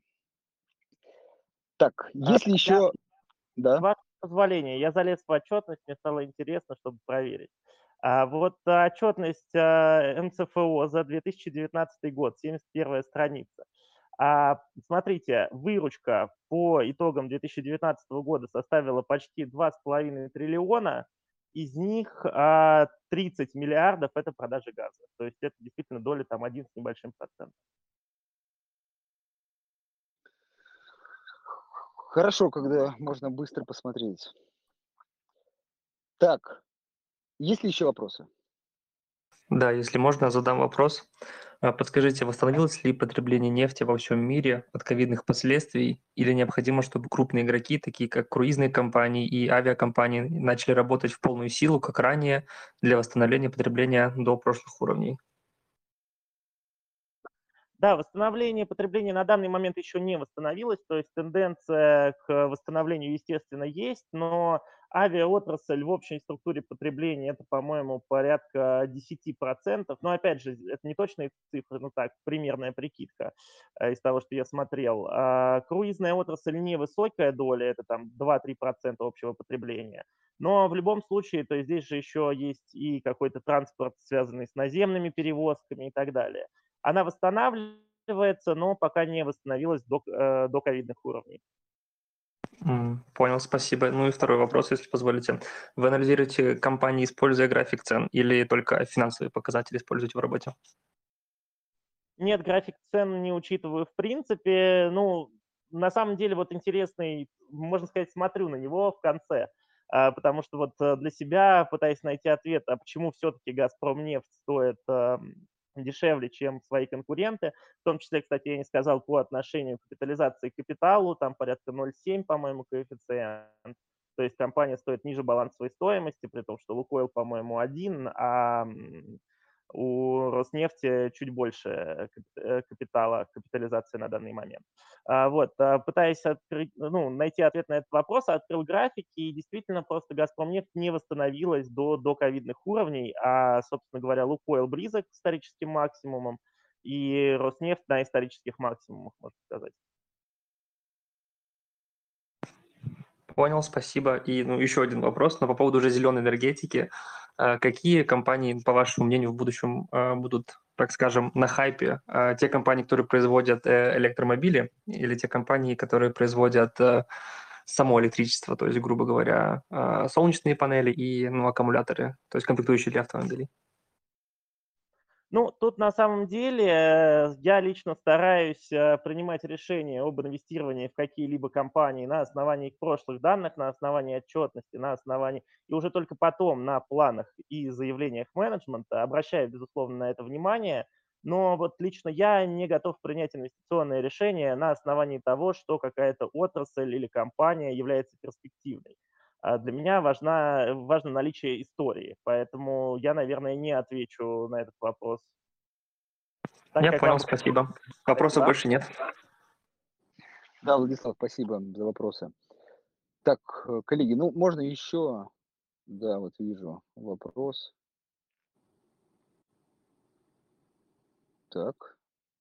Так, А, если я, еще, с да, вашего позволения, я залез в отчетность, мне стало интересно, чтобы проверить. А вот а, отчетность а, эм цэ эф о за две тысячи девятнадцатый год, семьдесят первая страница. А, смотрите, выручка по итогам две тысячи девятнадцатого года составила почти два с половиной триллиона, из них а, тридцать миллиардов – это продажи газа. То есть это действительно доля там один с небольшим процентом. хорошо, когда можно быстро посмотреть. Так, есть ли еще вопросы? Да, если можно, задам вопрос. А подскажите, восстановилось ли потребление нефти во всем мире от ковидных последствий или необходимо, чтобы крупные игроки, такие как круизные компании и авиакомпании, начали работать в полную силу, как ранее, для восстановления потребления до прошлых уровней? Да, восстановление потребления на данный момент еще не восстановилось, то есть тенденция к восстановлению, естественно, есть, но авиаотрасль в общей структуре потребления это, по-моему, порядка десять процентов. Но, опять же, это не точные цифры, ну так, примерная прикидка э, из того, что я смотрел. А круизная отрасль невысокая доля, это там два-три процента общего потребления. Но в любом случае, то есть здесь же еще есть и какой-то транспорт, связанный с наземными перевозками и так далее. Она восстанавливается, но пока не восстановилась до, э, до ковидных уровней. М, Понял, спасибо. Ну и второй вопрос, если позволите. Вы анализируете компании, используя график цен, или только финансовые показатели используете в работе? Нет, график цен не учитываю в принципе. Ну, на самом деле, вот интересный, можно сказать, смотрю на него в конце, а, потому что вот э, для себя пытаюсь найти ответ, а почему все-таки «Газпромнефть» стоит ам, дешевле, чем свои конкуренты. В том числе, кстати, я не сказал по отношению к капитализации к капиталу, там порядка ноль целых семь десятых, по-моему, коэффициент. То есть компания стоит ниже балансовой стоимости, при том, что «Лукойл», по-моему, один, а м, у Роснефти чуть больше э, кап- э, капитала, капитализации на данный момент. А, Вот, а, пытаясь открыть, ну, найти ответ на этот вопрос, открыл графики, и действительно просто «Газпромнефть» не восстановилась до, до ковидных уровней, а, собственно говоря, «Лукойл» близок к историческим максимумам, и «Роснефть» на исторических максимумах, можно сказать. Понял, спасибо. И ну, еще один вопрос, но по поводу уже зеленой энергетики. А Какие компании, по вашему мнению, в будущем а, будут, так скажем, на хайпе? А Те компании, которые производят э, электромобили, или те компании, которые производят э, само электричество, то есть, грубо говоря, а, солнечные панели и ну, аккумуляторы, то есть комплектующие для автомобилей? Ну, тут на самом деле э, я лично стараюсь э, принимать решения об инвестировании в какие-либо компании на основании их прошлых данных, на основании отчетности, на основании, и уже только потом на планах и заявлениях менеджмента, обращая, безусловно, на это внимание. Но вот лично я не готов принять инвестиционное решение на основании того, что какая-то отрасль или компания является перспективной. А Для меня важна, важно наличие истории, поэтому я, наверное, не отвечу на этот вопрос. Так Я как понял, вам спасибо. Вопросов спасибо. больше нет. Да, Владислав, спасибо за вопросы. Так, э, коллеги, ну, можно еще... Да, вот вижу вопрос. Так,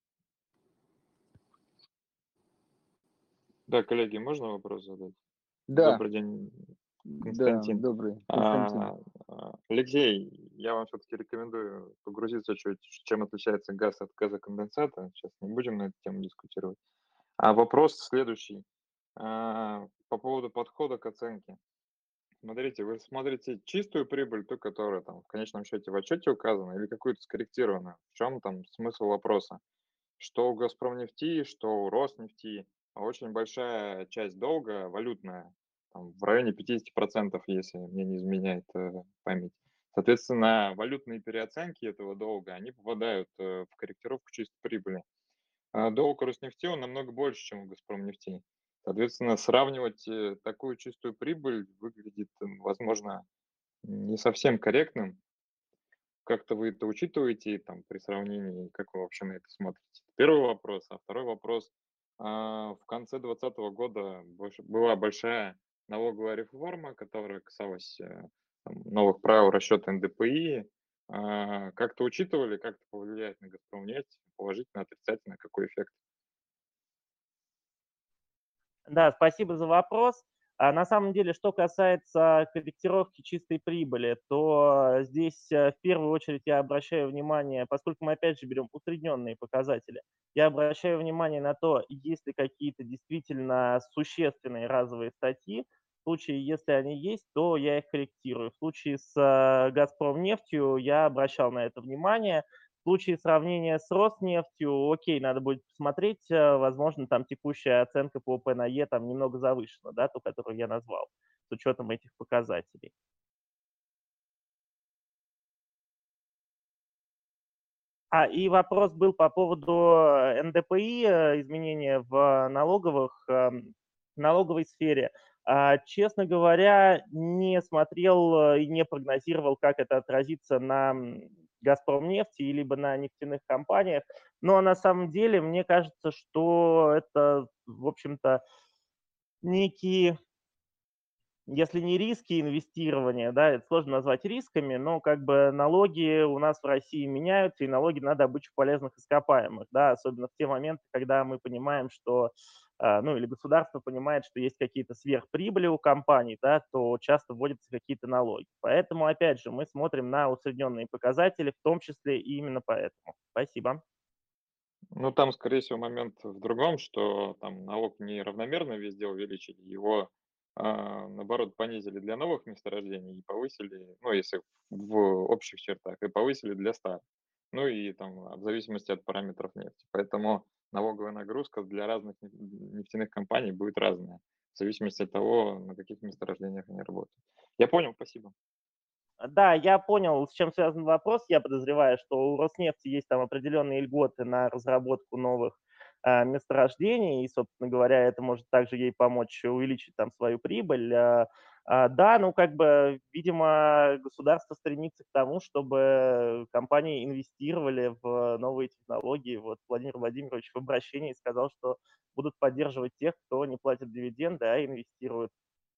Да, коллеги, можно вопрос задать? да, Добрый день, да, Константин. добрый, Константин. А, а, Алексей, я вам все-таки рекомендую погрузиться чуть, чем отличается газ от газоконденсата. Сейчас не будем на эту тему дискутировать. А вопрос следующий. А, По поводу подхода к оценке. Смотрите, вы смотрите чистую прибыль, ту, которая там в конечном счете в отчете указана, или какую-то скорректированную? В чем там смысл вопроса? Что у «Газпромнефти», что у «Роснефти» очень большая часть долга валютная, там, в районе пятьдесят процентов, если мне не изменяет э, память. Соответственно, валютные переоценки этого долга, они попадают э, в корректировку чистой прибыли. А долг Роснефти, он намного больше, чем у «Газпромнефти». Соответственно, сравнивать э, такую чистую прибыль выглядит, м, возможно, не совсем корректным. Как-то вы это учитываете там при сравнении, как вы вообще на это смотрите? Первый вопрос. А второй вопрос. А, В конце двадцатого года больш- была большая налоговая реформа, которая касалась э, там, новых правил расчета эн дэ пэ и. А, Как-то учитывали, как это повлияет на «Газпромнефть», положительно, отрицательно, какой эффект? Да, спасибо за вопрос. А на самом деле, что касается корректировки чистой прибыли, то здесь э, в первую очередь я обращаю внимание, поскольку мы опять же берем усредненные показатели, я обращаю внимание на то, есть ли какие-то действительно существенные разовые статьи. В случае, если они есть, то я их корректирую. В случае с э, «Газпромнефтью» я обращал на это внимание. В случае сравнения с Роснефтью, окей, надо будет посмотреть, э, возможно, там текущая оценка по P на E там немного завышена, да, ту, которую я назвал, с учетом этих показателей. А, и вопрос был по поводу э, эн дэ пэ и, э, изменения в налоговых, эм, налоговой сфере. А, Честно говоря, не смотрел э, и не прогнозировал, как это отразится на м, «Газпромнефти» либо на нефтяных компаниях. Но на самом деле мне кажется, что это, в общем-то, некие, если не риски инвестирования, да, это сложно назвать рисками, но как бы налоги у нас в России меняются, и налоги на добычу полезных ископаемых, да, особенно в те моменты, когда мы понимаем, что, а, ну, или государство понимает, что есть какие-то сверхприбыли у компаний, да, то часто вводятся какие-то налоги. Поэтому, опять же, мы смотрим на усредненные показатели, в том числе и именно поэтому. Спасибо. Ну, там, скорее всего, момент в другом, что там налог не равномерно везде увеличили, его, а, наоборот, понизили для новых месторождений и повысили, ну, если в общих чертах, и повысили для старых. ну и там в зависимости от параметров нефти. Поэтому налоговая нагрузка для разных неф- нефтяных компаний будет разная, в зависимости от того, на каких месторождениях они работают. Я понял, спасибо. Да, я понял, с чем связан вопрос. Я подозреваю, что у Роснефти есть там определенные льготы на разработку новых а, месторождений, и, собственно говоря, это может также ей помочь увеличить там свою прибыль. А, а, да, ну как бы, видимо, государство стремится к тому, чтобы компании инвестировали в новые технологии. Вот Владимир Владимирович в обращении сказал, что будут поддерживать тех, кто не платит дивиденды, а инвестирует.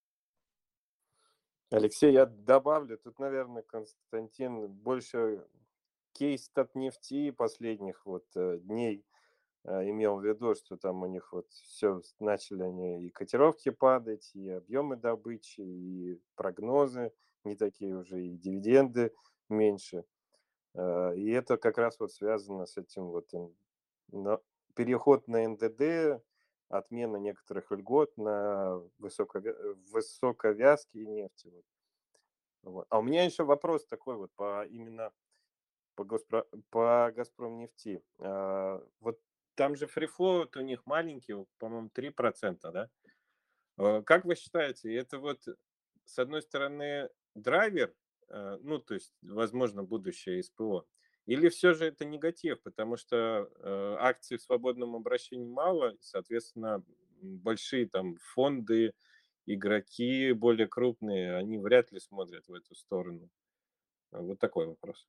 Алексей, я добавлю, тут, наверное, Константин, больше кейс Татнефти последних вот э, дней э, имел в виду, что там у них вот все начали они и котировки падать, и объемы добычи, и прогнозы не такие уже, и дивиденды меньше. Э, И это как раз вот связано с этим вот ин- на- переход на эн дэ дэ, отмена некоторых льгот на высоковя- высоковязкие нефти. Вот. Вот. А у меня еще вопрос такой вот по именно по, Госпро... по Газпромнефти. А, вот там же фрифлоут у них маленький, вот, по-моему, три процента, да? А, Как вы считаете, это вот с одной стороны драйвер, э, ну, то есть, возможно, будущее эс пэ о, или все же это негатив, потому что э, акций в свободном обращении мало, и, соответственно, м, большие там фонды, игроки более крупные, они вряд ли смотрят в эту сторону. А, Вот такой вопрос.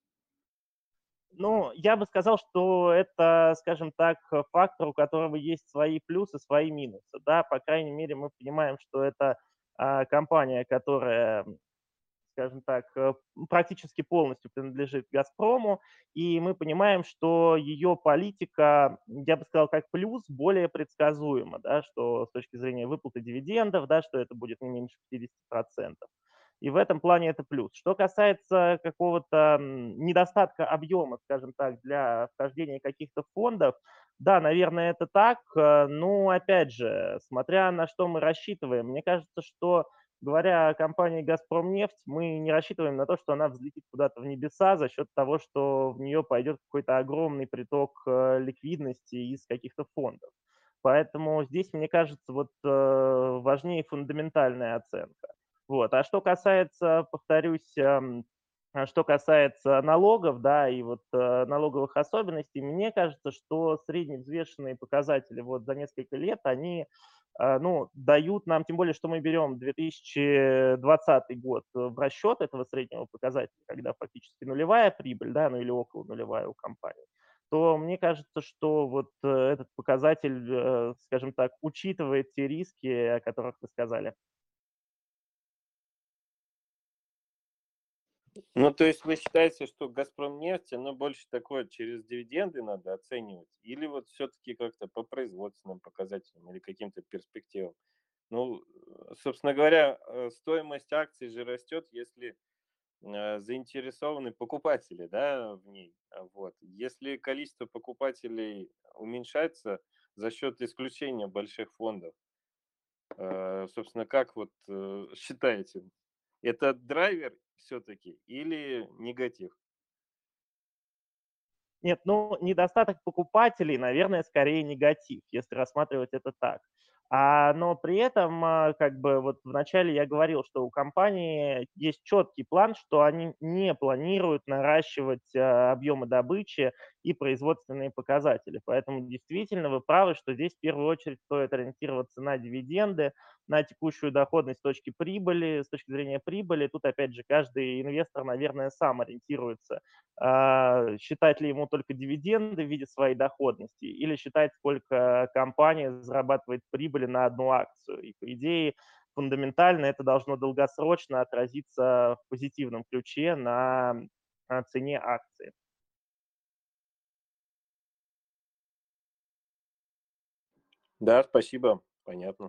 Ну, я бы сказал, что это, скажем так, э, фактор, у которого есть свои плюсы, свои минусы. Да, по крайней мере, мы понимаем, что это а, компания, которая, м, скажем так, э, практически полностью принадлежит «Газпрому», и мы понимаем, что ее политика, я бы сказал, как плюс, более предсказуема, да, что с точки зрения выплаты дивидендов, да, что это будет не меньше пятьдесят процентов. И в этом плане это плюс. Что касается какого-то м, недостатка объема, скажем так, для вхождения каких-то фондов, да, наверное, это так. э, Но, опять же, смотря на что мы рассчитываем, мне кажется, что, говоря о компании «Газпромнефть», мы не рассчитываем на то, что она взлетит куда-то в небеса за счет того, что в нее пойдет какой-то огромный приток э, ликвидности из каких-то фондов. Поэтому здесь, мне кажется, вот э, важнее фундаментальная оценка. Вот. А что касается, повторюсь, эм, а что касается налогов, да, и вот э, налоговых особенностей, мне кажется, что средневзвешенные показатели вот за несколько лет, они, э, ну, дают нам, тем более, что мы берем две тысячи двадцатый год в расчет этого среднего показателя, когда фактически нулевая прибыль, да, ну или около нулевая у компании, то мне кажется, что вот э, этот показатель, э, скажем так, учитывает те риски, о которых вы сказали. Ну, то есть вы считаете, что «Газпромнефть», оно больше такое через дивиденды надо оценивать? Или вот все-таки как-то по производственным показателям или каким-то перспективам? Ну, э, собственно говоря, э, стоимость акций же растет, если э, заинтересованы покупатели, да, в ней. А Вот. Если количество покупателей уменьшается за счет исключения больших фондов, э, собственно, как вот э, считаете, это драйвер все-таки или негатив? Нет, ну, недостаток покупателей, наверное, скорее негатив, если рассматривать это так. А, но при этом, а, как бы вот вначале я говорил, что у компании есть четкий план, что они не планируют наращивать а, объемы добычи и производственные показатели. Поэтому действительно вы правы, что здесь в первую очередь стоит ориентироваться на дивиденды, на текущую доходность с точки прибыли, с точки зрения прибыли. Тут, опять же, каждый инвестор, наверное, сам ориентируется, а, считать ли ему только дивиденды в виде своей доходности или считать, сколько компания зарабатывает прибыли на одну акцию. И, по идее, фундаментально это должно долгосрочно отразиться в позитивном ключе на а, цене акции. Да, спасибо, понятно.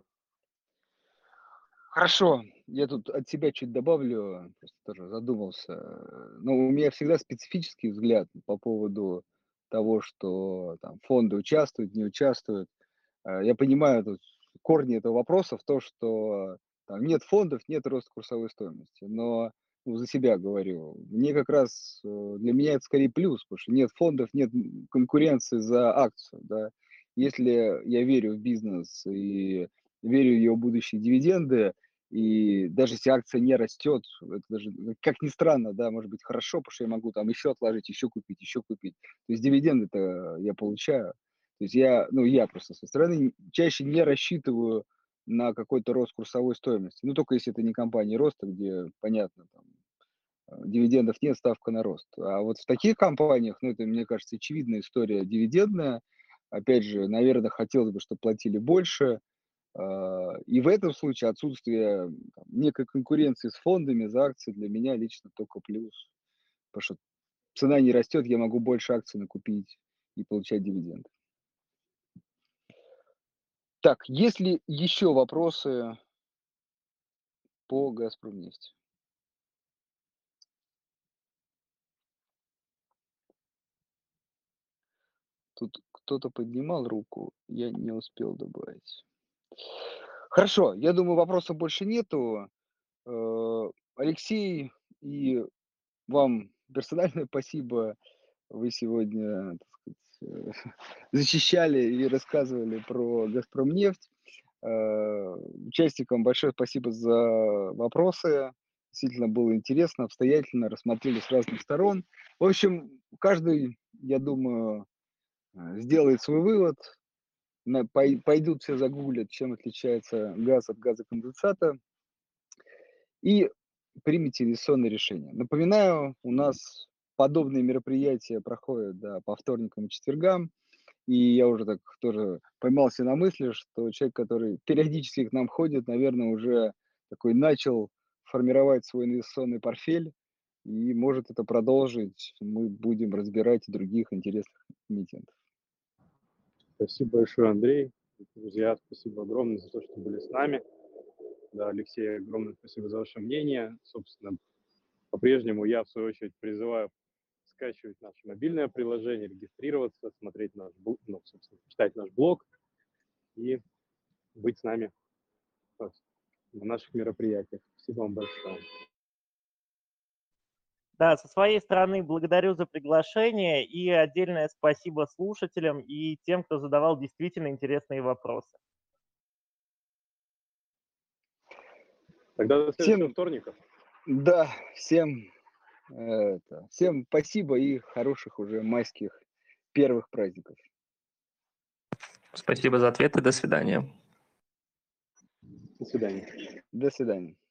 Хорошо, я тут от себя чуть добавлю, просто тоже задумался. Ну, у меня всегда специфический взгляд по поводу того, что там фонды участвуют, не участвуют. Э, Я понимаю, тут корни этого вопроса в том, что там нет фондов, нет роста курсовой стоимости. Но ну, за себя говорю, мне как раз, э, для меня это скорее плюс, потому что нет фондов, нет м, конкуренции за акцию, да. Если я верю в бизнес и верю в его будущие дивиденды, и даже если акция не растет, это даже, ну, как ни странно, да, может быть хорошо, потому что я могу там еще отложить, еще купить, еще купить. То есть дивиденды-то я получаю. То есть я, ну, я просто со стороны чаще не рассчитываю на какой-то рост курсовой стоимости. Ну, только если это не компания роста, где, понятно, там, э, дивидендов нет, ставка на рост. А вот в таких компаниях, ну, это, мне кажется, очевидная история дивидендная. Опять же, наверное, хотелось бы, чтобы платили больше. А, И в этом случае отсутствие там, некой конкуренции с фондами за акции для меня лично только плюс. Потому что цена не растет, я могу больше акций накупить и получать дивиденды. Так, есть ли еще вопросы по «Газпромнефти»? Тут кто-то поднимал руку, я не успел добавить. Хорошо, я думаю, вопросов больше нету. Э, Алексей, и вам персональное спасибо. Вы сегодня, так сказать, э, защищали и рассказывали про «Газпромнефть». Э, Участникам большое спасибо за вопросы. Действительно было интересно, обстоятельно, рассмотрели с разных сторон. В общем, каждый, я думаю, э, сделает свой вывод. На- пой- Пойдут все загуглят, чем отличается газ от газоконденсата, и примите инвестиционное решение. Напоминаю, у нас подобные мероприятия проходят, да, по вторникам и четвергам. И я уже так тоже поймался на мысли, что человек, который периодически к нам ходит, наверное, уже такой начал формировать свой инвестиционный портфель и может это продолжить. Мы будем разбирать и других интересных эмитентов. Спасибо большое, Андрей. Друзья, спасибо огромное за то, что были с нами. Да, Алексей, огромное спасибо за ваше мнение. Собственно, по-прежнему я, в свою очередь, призываю скачивать наше мобильное приложение, регистрироваться, смотреть наш, бл- ну, собственно, читать наш блог и быть с нами на наших мероприятиях. Спасибо вам большое. Да, со своей стороны благодарю за приглашение и отдельное спасибо слушателям и тем, кто задавал действительно интересные вопросы. Тогда до следующего Всем, вторника. да, всем, э, это, всем спасибо и хороших уже майских первых праздников. Спасибо за ответы. До свидания. До свидания. До свидания.